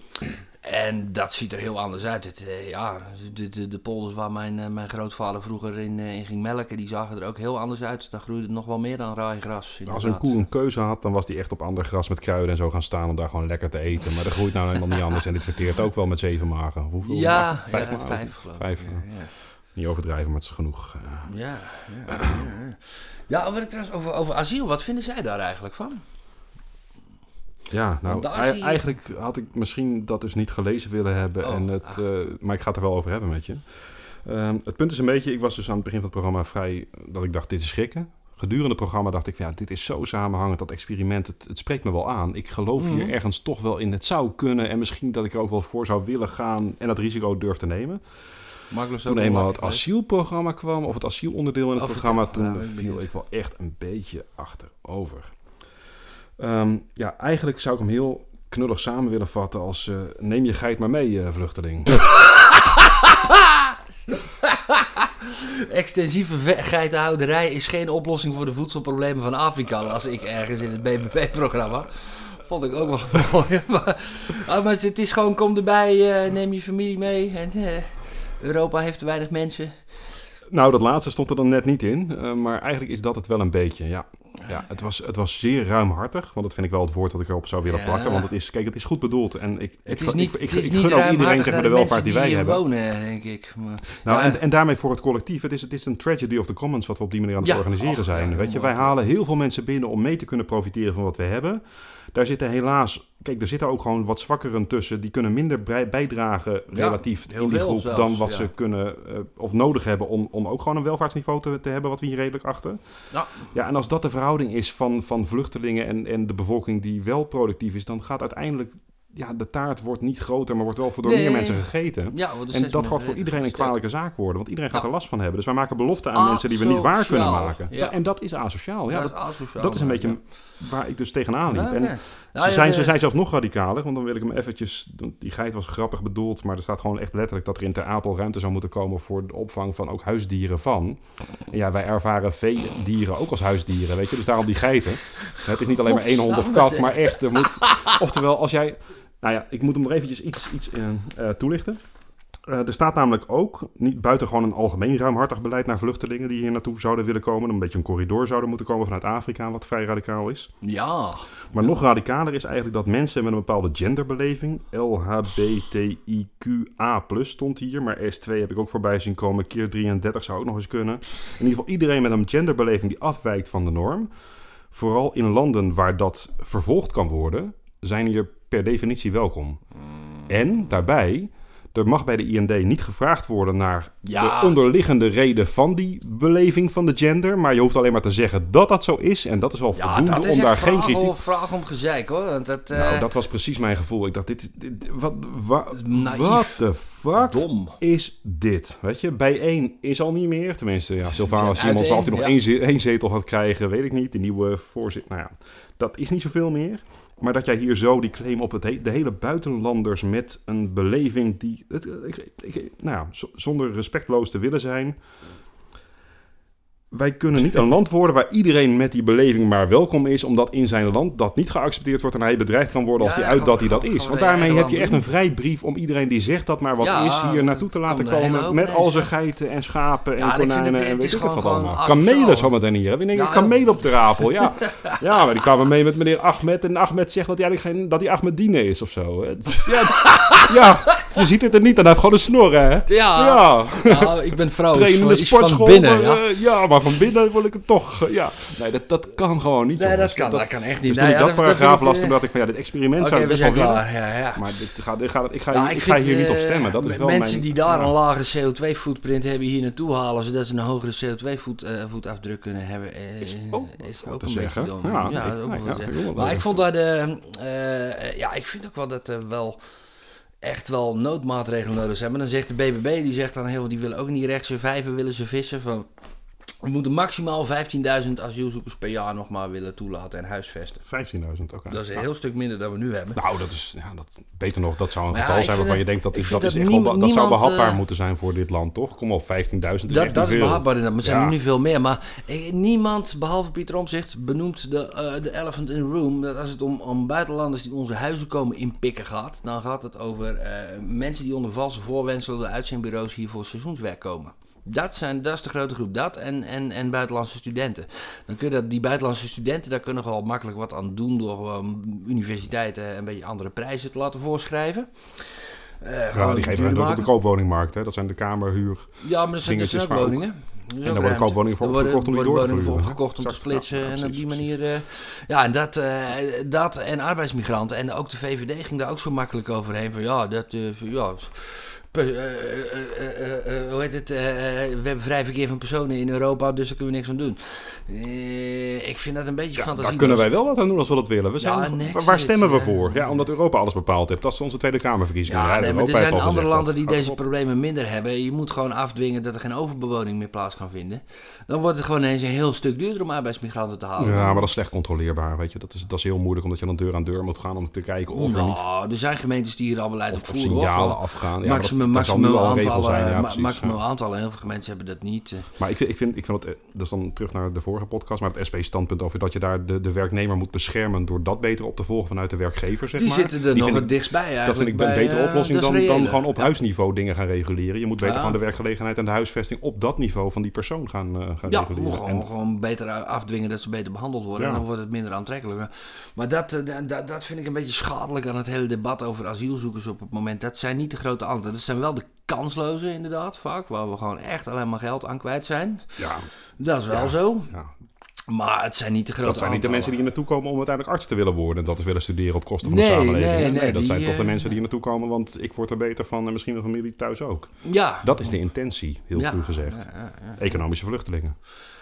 En dat ziet er heel anders uit. De polders waar mijn grootvader vroeger in ging melken, die zagen er ook heel anders uit. Daar groeide nog wel meer dan raaigras. Als een koe een keuze had, dan was die echt op ander gras met kruiden en zo gaan staan om daar gewoon lekker te eten. Maar dat groeit nou helemaal niet anders en dit verteert ook wel met 7 magen. Hoeveel? 5 geloof ik. 5. Niet overdrijven, maar het is genoeg. Ja, wat ik trouwens over asiel, wat vinden zij daar eigenlijk van? Ja, nou, eigenlijk had ik misschien dat dus niet gelezen willen hebben. Maar ik ga het er wel over hebben met je. Het punt is een beetje, ik was dus aan het begin van het programma dat ik dacht, dit is schrikken. Gedurende het programma dacht ik, dit is zo samenhangend, dat experiment, het spreekt me wel aan. Ik geloof hier ergens toch wel in, het zou kunnen en misschien dat ik er ook wel voor zou willen gaan en dat risico durf te nemen. Toen eenmaal het asielprogramma kwam, of het asielonderdeel in het programma, toen viel ik wel echt een beetje achterover. Eigenlijk zou ik hem heel knullig samen willen vatten als neem je geit maar mee, vluchteling. Extensieve geitenhouderij is geen oplossing voor de voedselproblemen van Afrika, las ik ergens in het BBB-programma. Vond ik ook wel mooi. Maar het is gewoon, kom erbij, neem je familie mee. En Europa heeft te weinig mensen. Nou, dat laatste stond er dan net niet in. Maar eigenlijk is dat het wel een beetje, ja. Ja, het was zeer ruimhartig. Want dat vind ik wel het woord dat ik erop zou willen plakken. Want het is goed bedoeld. En ik gun ook iedereen zeg maar, de welvaart die wij hebben. Wonen, denk ik. Maar, nou, en daarmee voor het collectief. Het is een tragedy of the commons wat we op die manier aan het organiseren zijn. Weet je, wij halen heel veel mensen binnen om mee te kunnen profiteren van wat we hebben. Daar zitten helaas... Kijk, er zitten ook gewoon wat zwakkeren tussen. Die kunnen minder bijdragen relatief in die groep zelfs, dan wat ze kunnen of nodig hebben om ook gewoon een welvaartsniveau te hebben wat we hier redelijk achten. Ja, en als dat de verhouding is van vluchtelingen en de bevolking die wel productief is, dan gaat uiteindelijk... Ja, de taart wordt niet groter, maar wordt wel door meer mensen gegeten. Ja, en dat gaat voor iedereen een kwalijke zaak worden. Want iedereen gaat er last van hebben. Dus wij maken beloften aan mensen die we niet waar kunnen maken. Ja. En dat is asociaal. Ja, dat is een beetje waar ik dus tegenaan liep. Ze zijn zelfs nog radicaler. Want dan wil ik hem eventjes... Die geit was grappig bedoeld. Maar er staat gewoon echt letterlijk dat er in Ter Apel ruimte zou moeten komen voor de opvang van ook huisdieren van. En ja, wij ervaren veedieren ook als huisdieren. Weet je, dus daarom die geiten. Het is niet alleen maar één hond of kat, maar echt, er moet... Oftewel, als jij... Nou ja, ik moet hem nog eventjes iets toelichten. Er staat namelijk ook, niet buiten gewoon een algemeen ruimhartig beleid naar vluchtelingen die hier naartoe zouden willen komen. Een beetje een corridor zouden moeten komen vanuit Afrika, wat vrij radicaal is. Ja. Maar nog radicaler is eigenlijk dat mensen met een bepaalde genderbeleving, LHBTIQA+, stond hier, maar S2 heb ik ook voorbij zien komen, keer 33 zou ook nog eens kunnen. In ieder geval iedereen met een genderbeleving die afwijkt van de norm, vooral in landen waar dat vervolgd kan worden, zijn hier per definitie welkom. En daarbij, er mag bij de IND niet gevraagd worden naar de onderliggende reden van die beleving van de gender, maar je hoeft alleen maar te zeggen dat dat zo is en dat is al voldoende om daar geen kritiek... Ja, dat is vraag om gezeik, hoor. Want Nou, dat was precies mijn gevoel. Ik dacht, wat de fuck is dit? Weet je, bijeen is al niet meer. Tenminste, ja, Sylvana Simons, of hij nog één zetel gaat krijgen, weet ik niet. De nieuwe voorzitter, nou ja, dat is niet zoveel meer. Maar dat jij hier zo die claim op de hele buitenlanders met een beleving die... zonder respectloos te willen zijn... Wij kunnen niet een land worden waar iedereen met die beleving maar welkom is, omdat in zijn land dat niet geaccepteerd wordt en hij bedreigd kan worden als hij uit dat hij dat is. Want daarmee heb je echt een vrijbrief om iedereen die zegt dat maar wat is, hier naartoe te laten komen met al zijn geiten en schapen en konijnen en weet ik het wat allemaal. Kamelen zometeen hier. We denken kamelen op de rapel. Ja. Ja, maar die kwamen mee met meneer Ahmed en Ahmed zegt dat hij eigenlijk dat hij Ahmedine is of zo. Ja, je ziet het er niet aan. Hij heeft gewoon een snor, hè? Ja. Nou, ik ben vrouw. Trainen de sportschool. Van binnen, ja, maar van binnen wil ik het toch, Nee, dat kan gewoon niet. Nee, dat kan echt niet. Dus toen ik dat paragraaf las, toen dacht ik van dit experiment zou ik best wel klaar. Ja. Maar ik ga hier niet op stemmen. Dat is wel mensen die daar een lage CO2-footprint hebben hier naartoe halen, zodat ze een hogere CO2-voetafdruk kunnen hebben, is ook een beetje dom. Ja, ook wel zeggen. Maar ik vond daar ik vind ook wel dat er wel echt wel noodmaatregelen nodig zijn. Maar dan zegt de BBB, die zegt dan die willen ook niet rechtsurvijven, willen ze vissen van... We moeten maximaal 15.000 asielzoekers per jaar nog maar willen toelaten en huisvesten. 15.000, oké. Dat is een heel stuk minder dan we nu hebben. Nou, dat is beter nog. Dat zou een getal zijn waarvan je denkt dat zou behapbaar moeten zijn voor dit land, toch? Kom op, 15.000 is dat is behapbaar, maar er zijn er nu veel meer. Maar niemand, behalve Pieter Omtzigt, benoemt de elephant in the room. Dat als het om buitenlanders die onze huizen komen inpikken gaat, dan gaat het over mensen die onder valse voorwendselen de uitzendbureaus hier voor seizoenswerk komen. Dat is de grote groep, dat en buitenlandse studenten. Dan kunnen die buitenlandse studenten, daar kunnen we al makkelijk wat aan doen door gewoon universiteiten een beetje andere prijzen te laten voorschrijven. die geven we op de koopwoningmarkt. Hè? Dat zijn de kamerhuur. Ja, maar dat zijn dus ook woningen. En daar worden koopwoningen voor opgekocht om die door te verhuren. Gekocht om te splitsen en op die manier... en dat en arbeidsmigranten. En ook de VVD ging daar ook zo makkelijk overheen. Van hoe heet het? We hebben vrij verkeer van personen in Europa, dus daar kunnen we niks aan doen. Ik vind dat een beetje fantasie. Daar kunnen wij wel wat aan doen als we dat willen. Waar stemmen we voor? Ja, omdat Europa alles bepaald heeft. Dat is onze Tweede Kamerverkiezingen. Maar er zijn andere landen die deze problemen minder hebben. Je moet gewoon afdwingen dat er geen overbewoning meer plaats kan vinden. Dan wordt het gewoon eens een heel stuk duurder om arbeidsmigranten te halen. Ja, maar dat is slecht controleerbaar, weet je. Dat is heel moeilijk, omdat je dan deur aan deur moet gaan om te kijken of er niet... Er zijn gemeentes die hier al beleid op voeren. Signalen afgaan. Maximum aantal. Heel veel gemeenten hebben dat niet. Maar ik vind dat is dan terug naar de vorige podcast, maar het SP-standpunt over dat je daar de werknemer moet beschermen door dat beter op te volgen vanuit de werkgever, zeg die maar. Zitten er nog het dichtstbij eigenlijk. Dat vind ik een betere oplossing dan gewoon op huisniveau dingen gaan reguleren. Je moet beter gewoon de werkgelegenheid en de huisvesting op dat niveau van die persoon gaan reguleren. Ja, gewoon beter afdwingen dat ze beter behandeld worden. En dan wordt het minder aantrekkelijk. Maar dat vind ik een beetje schadelijk aan het hele debat over asielzoekers op het moment. Dat zijn niet de grote antwoorden. Dat zijn wel de kanslozen inderdaad, vaak. Waar we gewoon echt alleen maar geld aan kwijt zijn. Ja. Dat is wel zo. Ja. Maar het zijn niet de grote Dat zijn niet aantallen. de mensen die hier naartoe komen om uiteindelijk arts te willen worden. En dat te willen studeren op kosten van de samenleving. Nee, dat zijn toch de mensen die hier naartoe komen. Want ik word er beter van en misschien mijn familie thuis ook. Ja. Dat is de intentie, heel cru gezegd. Ja. Economische vluchtelingen.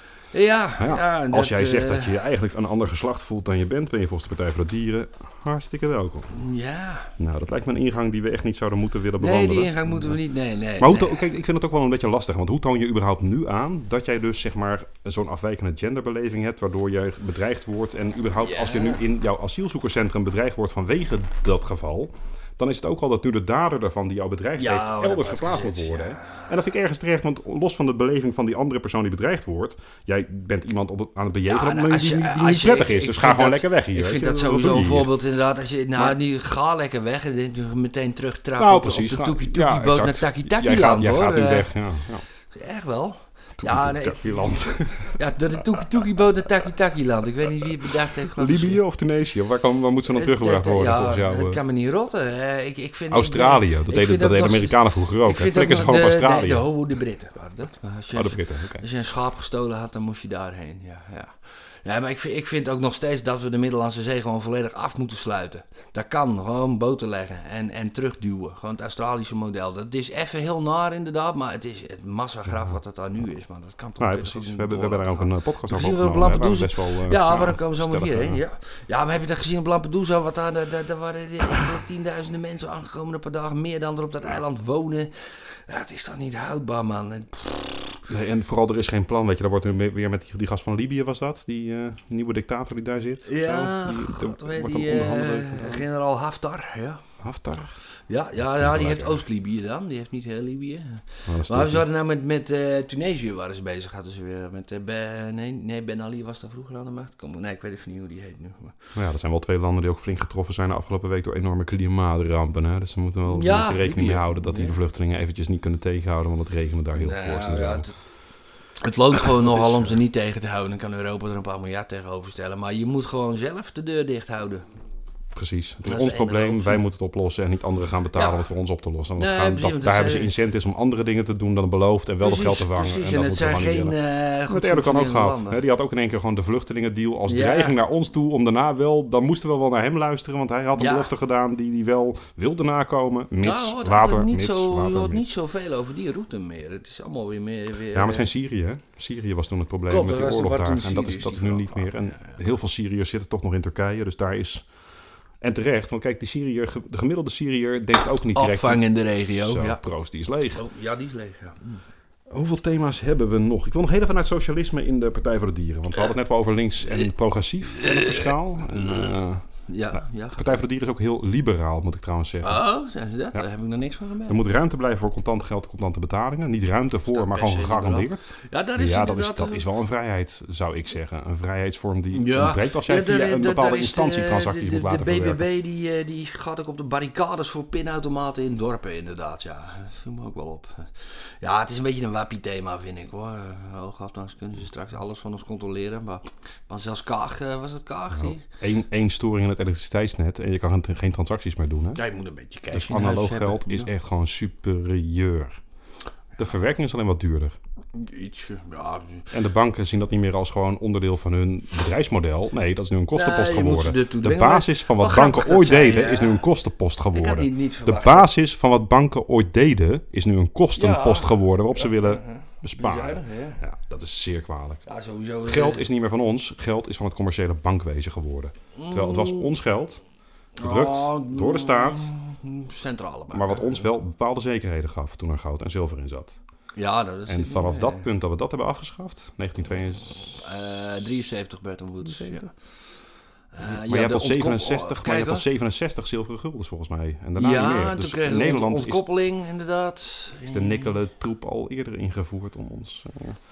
Ja, als jij zegt dat je eigenlijk een ander geslacht voelt dan je bent, ben je volgens de Partij voor de Dieren hartstikke welkom. Ja. Nou, dat lijkt me een ingang die we echt niet zouden moeten willen bewandelen. Nee, die ingang moeten we niet. Nee. Maar kijk, ik vind het ook wel een beetje lastig, want hoe toon je überhaupt nu aan dat jij dus zeg maar zo'n afwijkende genderbeleving hebt, waardoor je bedreigd wordt en überhaupt als je nu in jouw asielzoekerscentrum bedreigd wordt vanwege dat geval, dan is het ook al dat nu de dader daarvan die jou bedreigd heeft elders geplaatst moet worden. Ja. En dat vind ik ergens terecht, want los van de beleving van die andere persoon die bedreigd wordt, jij bent iemand aan het bejegenen op een manier die niet prettig is. Dus ga gewoon lekker weg hier. Ik vind dat sowieso een voorbeeld inderdaad. Als je, ga lekker weg en meteen terugtrappen op de Toeki-Toeki-boot naar Taki-Taki-land. Jij gaat nu weg, Echt wel. Taki-Taki-land. Ja, de Toeki-Toeki-boot naar Taki-Taki-land. Ik weet niet wie het bedacht heeft. Libië of Tunesië? Waar moet ze dan teruggebracht worden volgens jou? Het kan me niet rotten. Australië, dat deden Amerikanen vroeger ook. Flikken ze gewoon op Australië. De Britten waren dat. De Britten, oké. Als je een schaap gestolen had, dan moest je daarheen. Ja. Ja, maar ik vind ook nog steeds dat we de Middellandse Zee gewoon volledig af moeten sluiten. Dat kan, gewoon boten leggen en terugduwen. Gewoon het Australische model. Dat is even heel naar inderdaad, maar het is het massagraf wat het daar nu is. Maar dat kan toch precies. We hebben daar ook een podcast over opgenomen. Lampedusa. Waarom komen ze allemaal hierheen? Ja, maar heb je dat gezien op Lampedusa? Daar waren tienduizenden mensen aangekomen op een dag. Meer dan er op dat eiland wonen. Ja, het is toch niet houdbaar, man. Nee, en vooral er is geen plan, weet je. Daar wordt nu weer met die gast van Libië was dat, die nieuwe dictator die daar zit. Ja, generaal Haftar. Ja. Haftar? Ja, die heeft Oost-Libië dan. Die heeft niet heel Libië. Maar ze waren nou met Tunesië waren ze bezig. Hadden ze weer met Ben Ali was daar vroeger aan de macht. Nee, ik weet even niet hoe die heet nu. Maar ja, er zijn wel twee landen die ook flink getroffen zijn de afgelopen week door enorme klimaatrampen. Hè? Dus we moeten wel rekening mee houden dat die de vluchtelingen eventjes niet kunnen tegenhouden, want het regent daar heel fors. Het loont gewoon nogal om ze niet tegen te houden. Dan kan Europa er een paar miljard tegenover stellen. Maar je moet gewoon zelf de deur dicht houden. Precies. Het is ons probleem. Wij moeten het oplossen en niet anderen gaan betalen om het voor ons op te lossen. Want daar hebben ze incentives om andere dingen te doen dan beloofd en wel dat geld te vangen. Precies, en het zijn geen goed Erdogan ook gehad. Die had ook in één keer gewoon de vluchtelingendeal als dreiging naar ons toe. Om daarna dan moesten we wel naar hem luisteren. Want hij had een belofte gedaan die hij wel wilde nakomen. Mits water, je hoort niet zoveel over die route meer. Het is allemaal weer meer... Ja, maar het is geen Syrië, hè? Syrië was toen het probleem met die oorlog daar. En dat is nu niet meer. En heel veel Syriërs zitten toch nog in Turkije. Dus daar is... En terecht, want kijk, de gemiddelde Syriër denkt ook niet direct... Opvang in de regio. Zo, proost, die is leeg. Ja, die is leeg, ja. Hoeveel thema's hebben we nog? Ik wil nog heel even naar het socialisme in de Partij voor de Dieren. Want we hadden het net wel over links en progressief en fiscaal. De Partij voor de Dieren is ook heel liberaal, moet ik trouwens zeggen. Oh, zijn ze dat? Daar heb ik nog niks van gemerkt. Er moet ruimte blijven voor contant geld, contante betalingen. Niet ruimte voor, maar gewoon gegarandeerd. Dat is wel een vrijheid, zou ik zeggen. Een vrijheidsvorm die ontbreekt als jij via een bepaalde instantietransacties moet laten verwerken. De BBB die gaat ook op de barricades voor pinautomaten in dorpen, inderdaad. Ja, dat viel me ook wel op. Ja, het is een beetje een wappie-thema, vind ik, hoor. Hoogafstands kunnen ze straks alles van ons controleren. Maar zelfs Kaag, was het Kaag? Eén storing in het elektriciteitsnet en je kan geen transacties meer doen. Hè? Ja, je moet een beetje cash Dus in huis analoog hebben. geld is echt gewoon superieur. De verwerking is alleen wat duurder. Ietsje, ja. En de banken zien dat niet meer als gewoon onderdeel van hun bedrijfsmodel. Nee, dat is nu een kostenpost Nee, je moet ze geworden. ertoe De dwingen. basis van wat Wat banken grappig ooit dat zij, deden is nu een kostenpost Ik had geworden. niet De verwacht. basis van wat banken ooit deden is nu een kostenpost geworden waarop ze willen besparen. Bezuinigen, ja. Ja, dat is zeer kwalijk. Ja, sowieso. Geld is niet meer van ons, geld is van het commerciële bankwezen geworden. Terwijl het was ons geld, gedrukt door de staat, Centrale bank. maar wat ons wel bepaalde zekerheden gaf toen er goud en zilver in zat. Ja, dat is... En vanaf dat punt dat we dat hebben afgeschaft, 1972... 73 Bretton Woods. 73? Ja. Maar je hebt tot 67 zilveren guldens volgens mij. En daarna niet meer. En Dus toen kregen in we Nederland ontkoppeling, inderdaad. is de nikkelen troep al eerder ingevoerd om ons.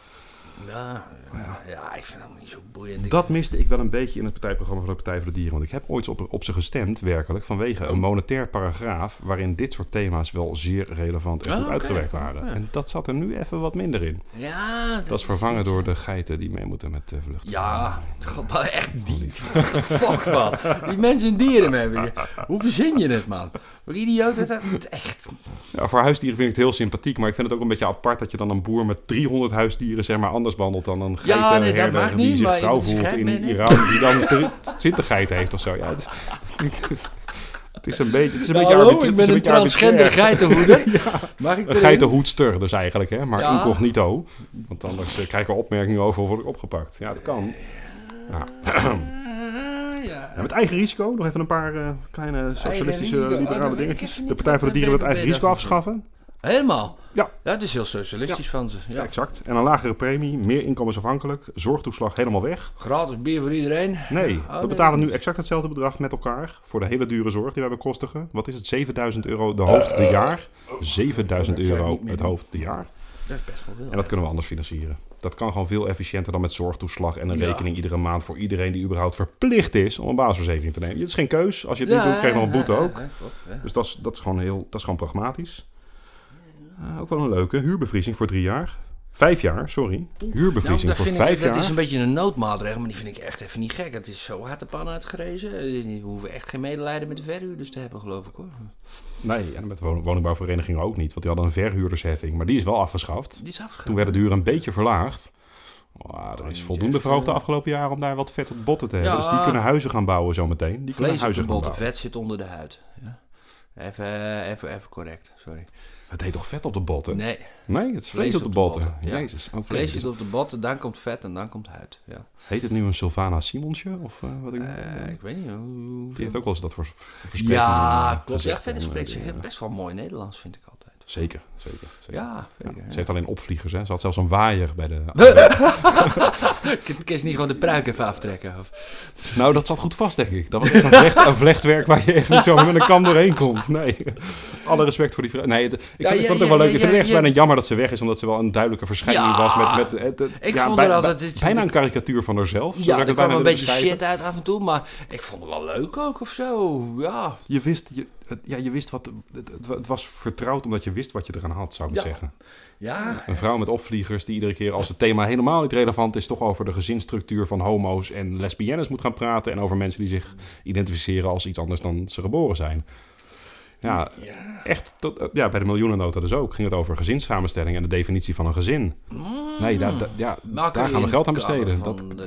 Ja, ik vind het allemaal niet zo boeiend. Dat miste ik wel een beetje in het partijprogramma van de Partij voor de Dieren. Want ik heb ooit op ze gestemd, werkelijk, vanwege een monetair paragraaf waarin dit soort thema's wel zeer relevant en goed uitgewerkt waren. Ja. En dat zat er nu even wat minder in. Ja, dat is vervangen door de geiten die mee moeten met de vlucht. Ja, maar echt niet. What the fuck, man. Die mensen en dieren hebben. Hoe verzin je het, man? Wat idioot is dat? Echt. Ja, voor huisdieren vind ik het heel sympathiek, maar ik vind het ook een beetje apart dat je dan een boer met 300 huisdieren zeg maar anders behandelt dan een geitenherder die zich trouw voelt in Iran, die dan 20 geiten heeft of zo. Ja, het is een beetje hallo, ik ben een transgender geitenhoeder. Ja, een geitenhoedster dus eigenlijk, hè? Maar incognito. Want anders krijg ik er opmerkingen over of word ik opgepakt. Ja, dat kan. Ja, met eigen risico, nog even een paar kleine socialistische liberale dingetjes. De Partij voor de Dieren wil het eigen risico afschaffen. Helemaal? Ja. Dat is heel socialistisch van ze. Ja, exact. En een lagere premie, meer inkomensafhankelijk, zorgtoeslag helemaal weg. Gratis bier voor iedereen? Nee, we betalen nu exact hetzelfde bedrag met elkaar voor de hele dure zorg die wij bekostigen. Wat is het? 7.000 euro de hoofd per jaar. 7.000 euro het hoofd per jaar. Dat is best wel veel. En dat kunnen we anders financieren. Dat kan gewoon veel efficiënter dan met zorgtoeslag en een rekening iedere maand voor iedereen die überhaupt verplicht is om een basisverzekering te nemen. Het is geen keus. Als je het niet doet, krijg je nog een boete ook. Dus dat is gewoon pragmatisch. Ook wel een leuke huurbevriezing voor 3 jaar. 5 jaar, sorry. Huurbevriezing voor 5 jaar. Dat is een beetje een noodmaatregel, maar die vind ik echt even niet gek. Het is zo hard de pan uitgerezen. We hoeven echt geen medelijden met de verhuurders te hebben, geloof ik, hoor. Nee, en met woningbouwverenigingen ook niet. Want die hadden een verhuurdersheffing, maar die is wel afgeschaft. Die is afgeschaft. Toen werden de huren een beetje verlaagd. Er is voldoende verhoogd de afgelopen jaren om daar wat vet op botten te hebben. Dus die kunnen huizen gaan bouwen zometeen. Die kunnen huizen gaan bouwen. Vet zit onder de huid. Ja. Even correct, sorry. Het heet toch vet op de botten? Nee. Nee, het is vlees op de botten. Ja. Jezus. Oh, vlees zit op de botten, dan komt vet en dan komt huid. Ja. Heet het nu een Sylvana Simonsje? Of wat ik weet niet. Die heeft ook wel eens dat verspreking. Ja, klopt. Ja, verder spreekt ze best wel mooi Nederlands, vind ik altijd. Zeker. Ja, zeker. Ze heeft alleen opvliegers, hè. Ze had zelfs een waaier bij de... Kun je niet gewoon de pruik even aftrekken? Of? Nou, dat zat goed vast, denk ik. Dat was echt een vlechtwerk waar je echt niet zo met een kam doorheen komt. Nee. Alle respect voor die vrouw. Nee, ik vond het ook wel leuk. Ik vind het echt bijna jammer dat ze weg is, omdat ze wel een duidelijke verschijning was. Ik vond het altijd... Bijna een karikatuur van haarzelf. Ja, er kwam een beetje shit uit af en toe, maar ik vond het wel leuk ook of zo. Ja. Je wist wat... Het was vertrouwd omdat je wist wat je eraan had, zou ik zeggen. Ja. Een vrouw met opvliegers die iedere keer als het thema helemaal niet relevant is, toch over de gezinsstructuur van homo's en lesbiennes moet gaan praten en over mensen die zich identificeren als iets anders dan ze geboren zijn. Ja, echt. Bij de miljoenennota dus ook. Ging het over gezinssamenstelling en de definitie van een gezin. Nee, daar gaan we geld aan besteden.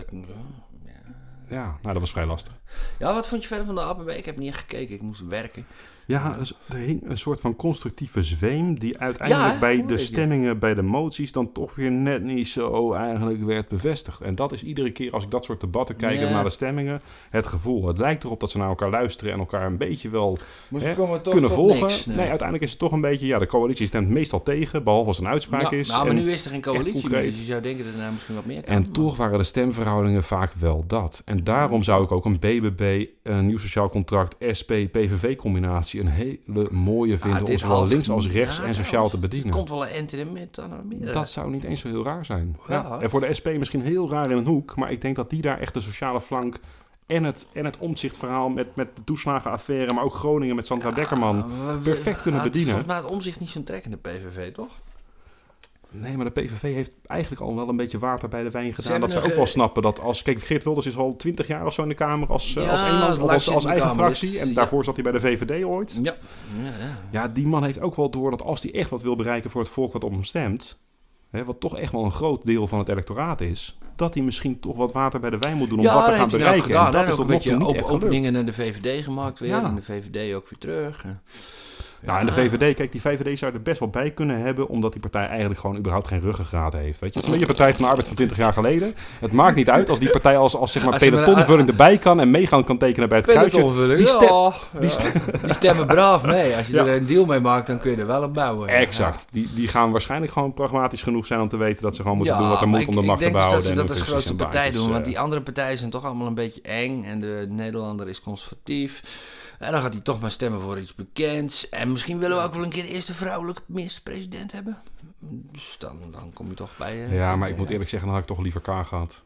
Dat was vrij lastig. Ja, wat vond je verder van de APB? Ik heb niet echt gekeken, ik moest werken. Ja, er hing een soort van constructieve zweem die uiteindelijk bij de stemmingen, bij de moties, dan toch weer net niet zo eigenlijk werd bevestigd. En dat is iedere keer als ik dat soort debatten kijk naar de stemmingen, het gevoel. Het lijkt erop dat ze naar elkaar luisteren en elkaar een beetje wel kunnen volgen. Niks, nee, uiteindelijk is het toch een beetje, de coalitie stemt meestal tegen, behalve als een uitspraak is. Nou, maar nu is er geen coalitie meer, dus je zou denken dat er nou misschien wat meer kan. En toch waren de stemverhoudingen vaak wel dat. En daarom zou ik ook een BBB, een nieuw sociaal contract, SP-PVV-combinatie een hele mooie vinden om zowel links als rechts en sociaal te bedienen. Het komt wel een end in de midden. Dat zou niet eens zo heel raar zijn. Ja. En voor de SP misschien heel raar in een hoek, maar ik denk dat die daar echt de sociale flank en het Omtzigt-verhaal met de toeslagenaffaire, maar ook Groningen met Sandra Beckerman perfect kunnen bedienen. Volgens mij het Omtzigt niet zo'n trekkende PVV, toch? Nee, maar de PVV heeft eigenlijk al wel een beetje water bij de wijn gedaan. hebben Dat ze nog, ook wel snappen dat als... Kijk, Geert Wilders is al 20 jaar of zo in de Kamer als eigen fractie. En daarvoor zat hij bij de VVD ooit. Ja. Ja, die man heeft ook wel door dat als hij echt wat wil bereiken voor het volk wat op hem stemt... wat toch echt wel een groot deel van het electoraat is... dat hij misschien toch wat water bij de wijn moet doen om wat te gaan bereiken. Gedaan, en dat is ook tot een nog toe beetje niet echt openingen gelukt. naar de VVD gemaakt weer. En de VVD ook weer terug. Ja, en de VVD, kijk, die VVD zou er best wel bij kunnen hebben... omdat die partij eigenlijk gewoon überhaupt geen ruggengraat heeft. Weet je? Het is een beetje een Partij van de Arbeid van 20 jaar geleden. Het maakt niet uit als die partij als zeg maar pelotonvulling erbij kan... en meegaan kan tekenen bij het kruisje. Die stemmen braaf mee. Als je er een deal mee maakt, dan kun je er wel op bouwen. Exact. Die gaan waarschijnlijk gewoon pragmatisch genoeg zijn... om te weten dat ze gewoon moeten doen wat er moet om de macht te bouwen. Ik denk dat ze dat als grootste partij doen. Want die andere partijen zijn toch allemaal een beetje eng... en de Nederlander is conservatief... En dan gaat hij toch maar stemmen voor iets bekends. En misschien willen we ook wel een keer de eerste vrouwelijke minister-president hebben. Dus dan kom je toch bij... ja, maar ik moet eerlijk zeggen, dan had ik toch liever Kaag gehad.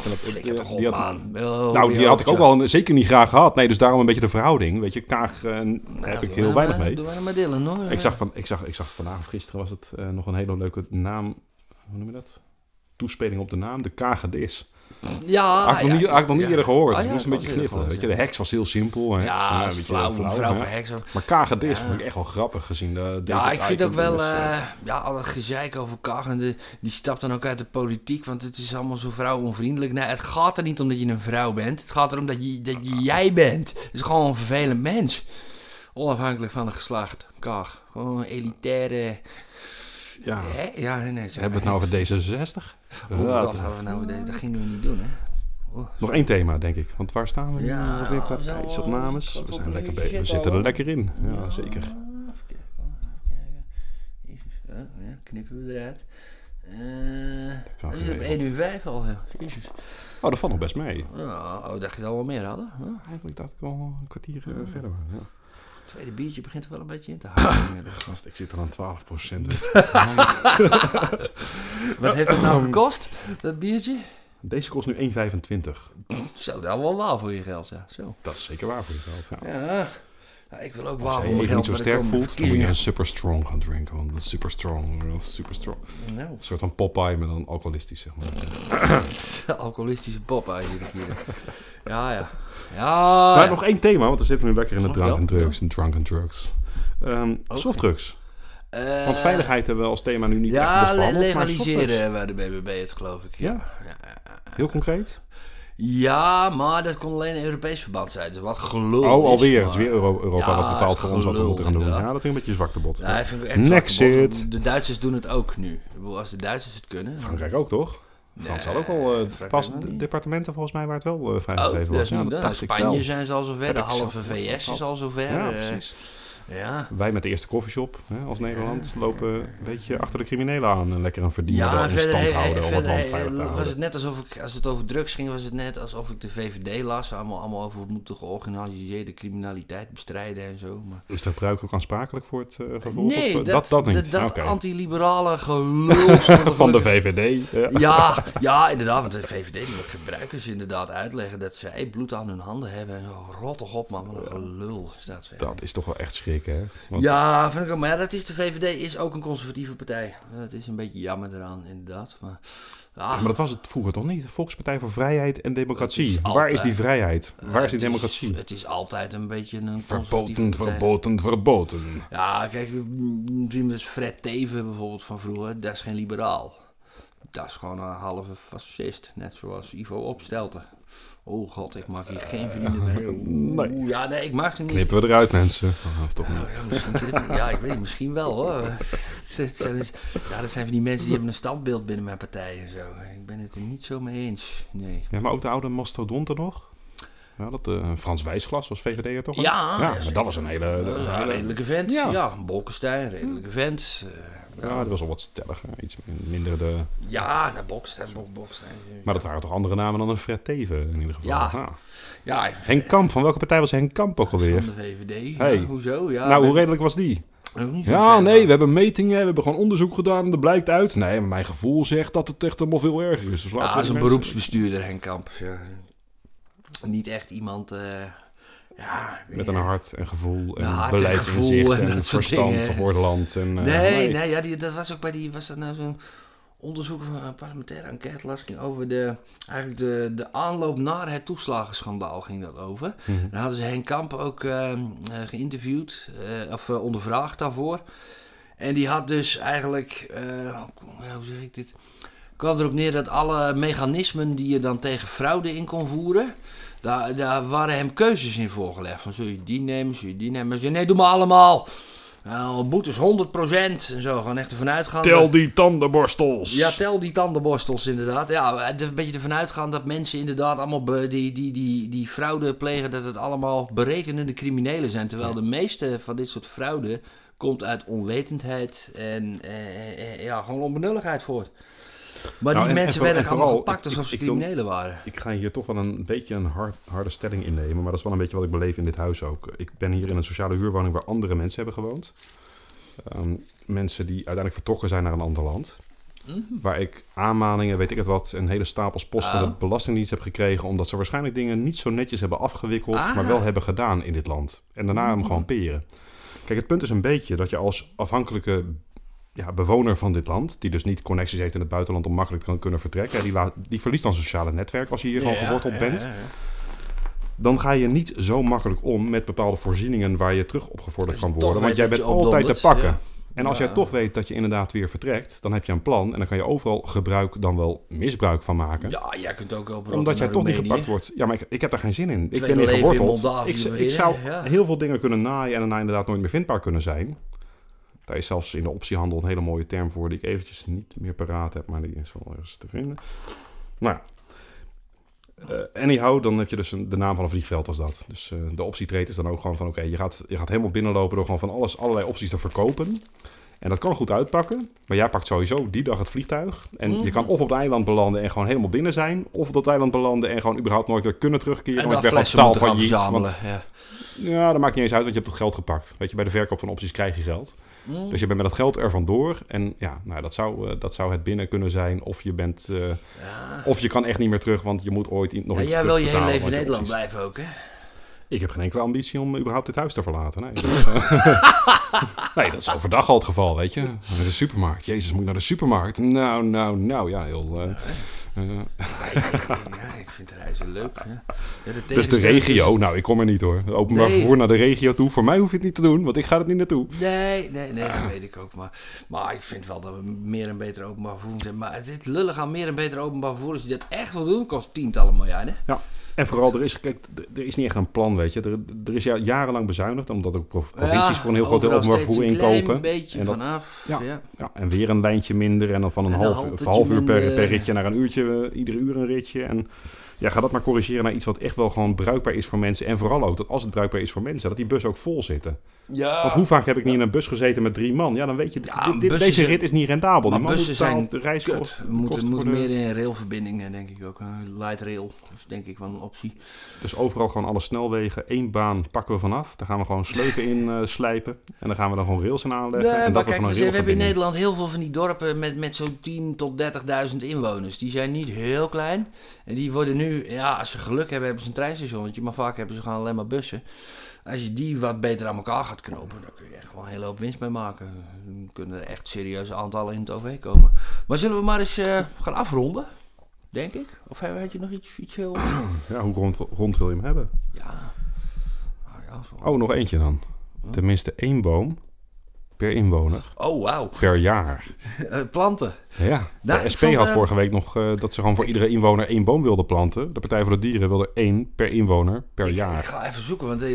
Die had ik ook wel zeker niet graag gehad. Nee, dus daarom een beetje de verhouding. Weet je, Kaag heb ik heel weinig mee. Doe maar maar Dylan, hoor. Ik zag vandaag of gisteren was het nog een hele leuke naam. Hoe noem je dat? Toespeling op de naam. De Kagedis. Ja, had ik nog niet eerder gehoord. Ah, ik moest een beetje kniffelen. Weet je, de heks was heel simpel. Heks, ja, een beetje flauw voor heks. Maar Kagedis vond ik echt wel grappig gezien. Ik vind ook wel... al dat gezeik over Kaag. En die stapt dan ook uit de politiek. Want het is allemaal zo vrouwonvriendelijk. Nee, het gaat er niet om dat je een vrouw bent. Het gaat erom dat je jij bent. Het is gewoon een vervelend mens. Onafhankelijk van het geslacht. Kaag. Gewoon een elitaire... Ja. Nee, hebben we het nou over D66? Dat gingen we niet doen, hè. Nog één thema, denk ik. Want waar staan we nu weer qua tijdsopnames? We zijn lekker bezig. We zitten er lekker in. Ja, zeker. Even kijken. Knippen we eruit. We zitten op 1 uur 5 al. Jezus. Oh, dat valt nog best mee. Dacht je dat we al meer hadden? Eigenlijk dacht ik al een kwartier verder. Ja. Het tweede biertje begint er wel een beetje in te houden. Gast, ik zit er aan 12%. Wat heeft het nou gekost, dat biertje? Deze kost nu 1,25. Zo, dat is wel waar voor je geld, ja. Zo. Dat is zeker waar voor je geld, ja. Ik wil ook waar voor voor mijn geld. Als je niet zo sterk voelt, dan moet je een super strong gaan drinken. Want een super strong. Nou. Een soort van Popeye, maar dan alcoholistisch, zeg maar. Alcoholistische Popeye hier. Ja. Maar nog één thema, want we zitten nu lekker in de drunken drugs. Softdrugs. Want veiligheid hebben we als thema nu niet echt behandeld. Legaliseren waar de BBB het, geloof ik. Ja. Heel concreet? Ja, maar dat kon alleen in Europees verband zijn. Dus wat gelul. Alweer. Het is weer Europa wat bepaalt voor ons wat we moeten gaan doen. Ja, dat is een beetje zwaktebod. Ja, ik vind het echt zwaktebod. De Duitsers doen het ook nu. Ik bedoel, als de Duitsers het kunnen... Frankrijk ook, toch? Frans had ook al pas departementen volgens mij waar het wel vrijgegeven was. Ja, Spanje zijn ze al zover. De halve VS is al zover. Ja, precies. Ja. Wij met de eerste koffieshop als Nederland lopen een beetje achter de criminelen aan. En lekker een verdienen in stand houden om het land veilig te houden. Was het net alsof ik, als het over drugs ging, was het net alsof ik de VVD las. Allemaal over we moeten georganiseerde criminaliteit bestrijden en zo. Maar... Is de gebruik ook aansprakelijk voor het vervolg? Nee, dat niet. Dat anti-liberale gelul van de VVD. Ja, inderdaad. Want de VVD die moet gebruikers inderdaad uitleggen dat zij bloed aan hun handen hebben. En zo, rot toch op, man. Wat een gelul staat zo. Dat is toch wel echt schrik, hè? Want... Ja, vind ik ook. Maar dat is, de VVD is ook een conservatieve partij. Dat is een beetje jammer eraan, inderdaad. Maar dat was het vroeger toch niet? Volkspartij voor Vrijheid en Democratie. Waar is die vrijheid? Waar is die democratie? Het is altijd een beetje een verboten. Ja, kijk, zien we dus Fred Teven bijvoorbeeld van vroeger. Dat is geen liberaal. Dat is gewoon een halve fascist. Net zoals Ivo Opstelten. Oh god, ik maak hier geen vrienden mee. Nee, ik mag ze niet. Knippen we eruit, mensen. Of toch niet? Ik weet het, misschien wel hoor. Dat zijn van die mensen die hebben een standbeeld binnen mijn partij en zo. Ik ben het er niet zo mee eens. Nee. Ja, maar ook de oude mastodonten nog? Ja, Frans Wijsglas was VVD'er toch? Ja, maar dat was een hele redelijke vent. Ja, Bolkestein, redelijke vent. Ja, dat was al wat stelliger. Iets minder de... Ja, Bolkestein. Maar dat waren toch andere namen dan een Fred Teven in ieder geval? Ja. Henk Kamp, van welke partij was Henk Kamp ook alweer? Van de VVD. Hey. Ja, hoezo? Ja, nou, hoe redelijk was die? We hebben metingen, we hebben gewoon onderzoek gedaan en er blijkt uit. Nee, maar mijn gevoel zegt dat het echt helemaal veel erger is. Dus dat is een beroepsbestuurder, Henk Kamp. Ja. Niet echt iemand... Met een hart en gevoel en hart en beleidsinzicht gevoel en en dat soort verstand dingen. voor het land. En, Dat was ook bij was dat nou zo'n onderzoek van een parlementaire enquête las ging over de aanloop naar het toeslagenschandaal ging dat over. Dan hadden ze Henk Kamp ook geïnterviewd of ondervraagd daarvoor. En die had dus eigenlijk, hoe zeg ik dit? Kwam erop neer dat alle mechanismen die je dan tegen fraude in kon voeren, daar waren hem keuzes in voorgelegd. Van, zul je die nemen, zul je die nemen? Hij zei, nee, doe maar allemaal. Boetes 100% en zo, gewoon echt ervan uitgaan. Tel die tandenborstels. Ja, tel die tandenborstels inderdaad. Ja, een beetje ervan uitgaan dat mensen inderdaad allemaal die fraude plegen, dat het allemaal berekenende criminelen zijn. Terwijl de meeste van dit soort fraude komt uit onwetendheid en gewoon onbenulligheid voort. Maar die mensen werden allemaal gepakt alsof ze criminelen waren. Ik ga hier toch wel een beetje een harde stelling innemen, maar dat is wel een beetje wat ik beleef in dit huis ook. Ik ben hier in een sociale huurwoning waar andere mensen hebben gewoond. Mensen die uiteindelijk vertrokken zijn naar een ander land. Waar ik aanmaningen, weet ik het wat, een hele stapels post van de Belastingdienst heb gekregen, omdat ze waarschijnlijk dingen niet zo netjes hebben afgewikkeld, maar wel hebben gedaan in dit land. En daarna hem gewoon peren. Kijk, het punt is een beetje dat je als afhankelijke bewoner van dit land, die dus niet connecties heeft in het buitenland om makkelijk kan kunnen vertrekken, die verliest dan sociale netwerk als je hier gewoon geworteld bent. Dan ga je niet zo makkelijk om met bepaalde voorzieningen waar je terug opgevorderd kan worden, want jij bent altijd te pakken. Ja. En als jij toch weet dat je inderdaad weer vertrekt, dan heb je een plan en dan kan je overal gebruik dan wel misbruik van maken. Ja, jij kunt ook op omdat jij toch niet gepakt wordt. Ja, maar ik heb daar geen zin in. Ik ben hier geworteld. Ik zou heel veel dingen kunnen naaien en daarna inderdaad nooit meer vindbaar kunnen zijn. Daar is zelfs in de optiehandel een hele mooie term voor die ik eventjes niet meer paraat heb, maar die is wel ergens te vinden. Nou anyhow, dan heb je dus de naam van een vliegveld was dat. Dus de optietrade is dan ook gewoon van oké, je gaat helemaal binnenlopen door gewoon van allerlei opties te verkopen. En dat kan goed uitpakken, maar jij pakt sowieso die dag het vliegtuig. En je kan of op het eiland belanden en gewoon helemaal binnen zijn, of op dat eiland belanden en gewoon überhaupt nooit weer kunnen terugkeren. En want je bent gewoon totaal failliet. Ja, dat maakt niet eens uit, want je hebt het geld gepakt. Weet je, bij de verkoop van opties krijg je geld. Dus je bent met dat geld er vandoor. En ja, nou, dat zou het binnen kunnen zijn. Of je bent, of je kan echt niet meer terug, want je moet ooit nog iets terug jij wil je hele leven in Nederland blijven ook, hè? Ik heb geen enkele ambitie om überhaupt dit huis te verlaten. Nee, nee, dat is overdag al het geval, weet je. Naar de supermarkt. Jezus, moet ik naar de supermarkt? Nou, ja, heel... ik vind de reizen leuk. Ja. Dus de regio, nou, ik kom er niet hoor. Openbaar vervoer naar de regio toe. Voor mij hoef je het niet te doen, want ik ga er niet naartoe. Nee, dat weet ik ook. Maar ik vind wel dat we meer en beter openbaar vervoer moeten hebben. Maar het lullig aan meer en beter openbaar vervoer, als je dat echt wil doen, kost tientallen miljarden. Ja. En vooral, er is niet echt een plan, weet je. Er is jarenlang bezuinigd, omdat ook provincies voor een heel groot deel openbaar vervoer inkopen. Een beetje vanaf. Ja, en weer een lijntje minder en dan van een half uur per ritje naar een uurtje, iedere uur een ritje. En ja, ga dat maar corrigeren naar iets wat echt wel gewoon bruikbaar is voor mensen. En vooral ook dat als het bruikbaar is voor mensen, dat die bussen ook vol zitten. Ja. Want hoe vaak heb ik niet in een bus gezeten met 3 man? Ja, dan weet je, deze rit is niet rendabel. Maar bussen zijn kut. We moeten meer in railverbindingen, denk ik ook. Light rail, dat is denk ik wel een optie. Dus overal gewoon alle snelwegen, 1 baan pakken we vanaf. Daar gaan we gewoon sleuven in slijpen. En dan gaan we dan gewoon rails in aanleggen. Nee, en maar kijk, we hebben in Nederland heel veel van die dorpen met zo'n 10.000 tot 30.000 inwoners. Die zijn niet heel klein. En die worden nu, als ze geluk hebben, hebben ze een treinstationnetje. Maar vaak hebben ze gewoon alleen maar bussen. Als je die wat beter aan elkaar gaat knopen, dan kun je echt wel een hele hoop winst mee maken. Dan kunnen er echt serieuze aantallen in het OV komen. Maar zullen we maar eens gaan afronden, denk ik? Of had je nog iets heel... Ja, hoe rond wil je hem hebben? Ja. Nog eentje dan. Tenminste 1 boom per inwoner. Oh, wauw. Per jaar. Planten. Ja, de SP had vorige week nog dat ze gewoon voor iedere inwoner 1 boom wilden planten. De Partij voor de Dieren wilde 1 per inwoner per jaar. Ik ga even zoeken, want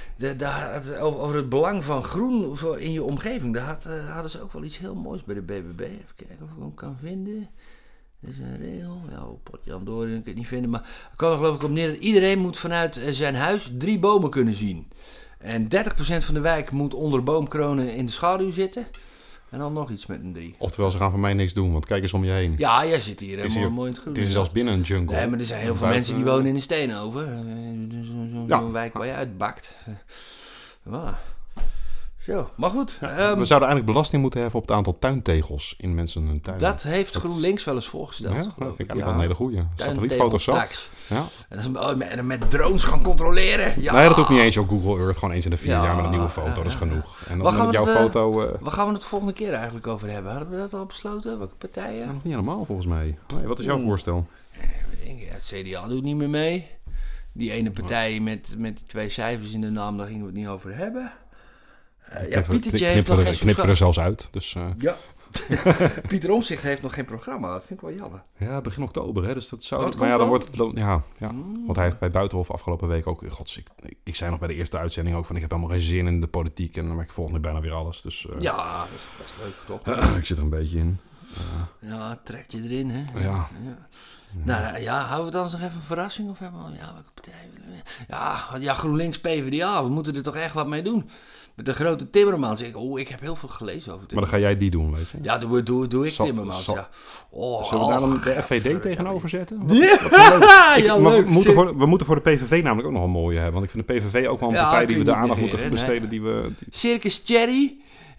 over het belang van groen in je omgeving, daar hadden ze ook wel iets heel moois bij de BBB. Even kijken of ik hem kan vinden. Dat is een regel. Ja, potje aan door, ik kan het niet vinden. Maar ik kan er geloof ik op neer dat iedereen moet vanuit zijn huis 3 bomen kunnen zien. En 30% van de wijk moet onder boomkronen in de schaduw zitten. En dan nog iets met een 3. Oftewel, ze gaan voor mij niks doen, want kijk eens om je heen. Ja, jij zit hier helemaal mooi in het groen. Het is zelfs binnen een jungle. Nee, maar er zijn heel veel mensen die wonen in een steenoven. Zo'n wijk waar je uitbakt. Zo, maar goed. Ja, we zouden eigenlijk belasting moeten heffen op het aantal tuintegels in mensen hun tuin. Dat heeft GroenLinks wel eens voorgesteld. Ja, dat vind ik eigenlijk wel een hele goeie. Satellietfoto's zat. Ja. En met drones gaan controleren. Ja. Nee, dat hoeft niet eens op Google Earth. Gewoon eens in de 4 jaar met een nieuwe foto. Dat is genoeg. En dan met jouw foto... Waar gaan we het de volgende keer eigenlijk over hebben? Hadden we dat al besloten? Welke partijen? Nog niet helemaal volgens mij. Nee, wat is jouw voorstel? Het CDA doet niet meer mee. Die ene partij met die 2 cijfers in de naam, daar gingen we het niet over hebben. Pietertje heeft nog geen... Knippen we er zelfs uit. Dus, ja. Pieter Omtzigt heeft nog geen programma. Dat vind ik wel jammer. Ja, begin oktober. Hè? Dus dat zou... Maar ja, dan wordt het... Ja. Want hij heeft bij Buitenhof afgelopen week ook... Ik zei nog bij de eerste uitzending ook van... Ik heb helemaal geen zin in de politiek. En dan maak ik volgende bijna weer alles. Dus, ja, dat is best leuk, toch? Ik zit er een beetje in. Ja, trekt je erin, hè? Ja. Nou ja, houden we dan nog even een verrassing? Of hebben we... Ja, welke partij willen we... Ja, GroenLinks, PvdA. We moeten er toch echt wat mee doen. Met de grote Timmermans. Ik heb heel veel gelezen over Timmermans. Maar dan ga jij die doen, weet je? Ja, doe ik Timmermans, ja. Zullen we daar dan de FVD tegenover zetten? Leuk. We moeten voor de PVV namelijk ook nog een mooie hebben. Want ik vind de PVV ook wel een partij die we de aandacht moeten besteden. Circus Cherry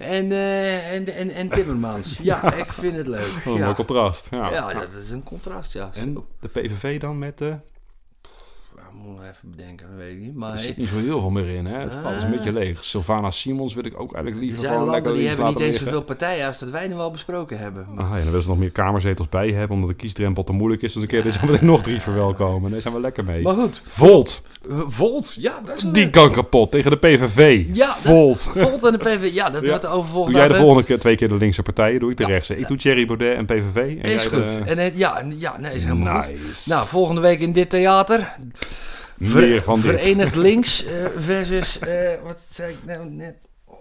en Timmermans. Ja, ik vind het leuk. Een mooi contrast. Ja, dat is een contrast, ja. En de PVV dan met de... Moet even bedenken, dat weet ik niet. Maar er zit niet zo heel veel meer in, hè? Het valt een beetje leeg. Sylvana Simons wil ik ook eigenlijk liever gewoon lekker. Er zijn landen die hebben niet eens zoveel partijen als dat wij nu al besproken hebben. En dan willen ze nog meer kamerzetels bij hebben, omdat de kiesdrempel te moeilijk is. Dus een keer is er nog 3 verwelkomen. Daar zijn we lekker mee. Maar goed. Volt, ja, dat is die kan kapot tegen de PVV. Ja, Volt en de PVV. Ja, dat wordt over volgende Doe jij de volgende keer 2 keer de linkse partijen, doe ik de rechtse. Ik doe Thierry Baudet en PVV. En is goed. Is helemaal nice. Goed. Nou, volgende week in dit theater... Meer van dit. Verenigd Links versus... wat zei ik nou net?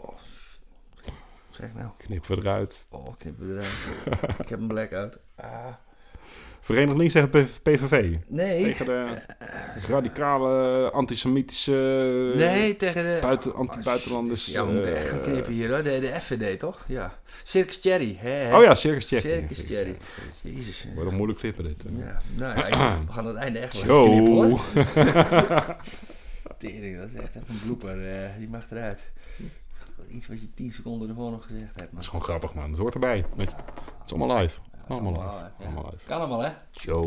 Zeg nou. Knippen we eruit. Knippen we eruit. Ik heb een blackout. Verenigd Links tegen PVV? Nee. Tegen de radicale, antisemitische... Nee, tegen de... Buitenlanders... Ja, we moeten echt gaan knippen hier, hoor. De FVD, toch? Ja. Circus Cherry. Hè? Oh ja, Circus Cherry. Circus Cherry. Jezus. Wordt nog moeilijk knippen, dit. Ja. Nou ja, we gaan het einde echt wel even knippen, hoor. Tering, dat is echt even een blooper. Die mag eruit. Iets wat je 10 seconden ervoor nog gezegd hebt. Dat is gewoon grappig, man. Het hoort erbij. Weet je. Het is allemaal live. Allemaal live. Kan allemaal, hè? Show.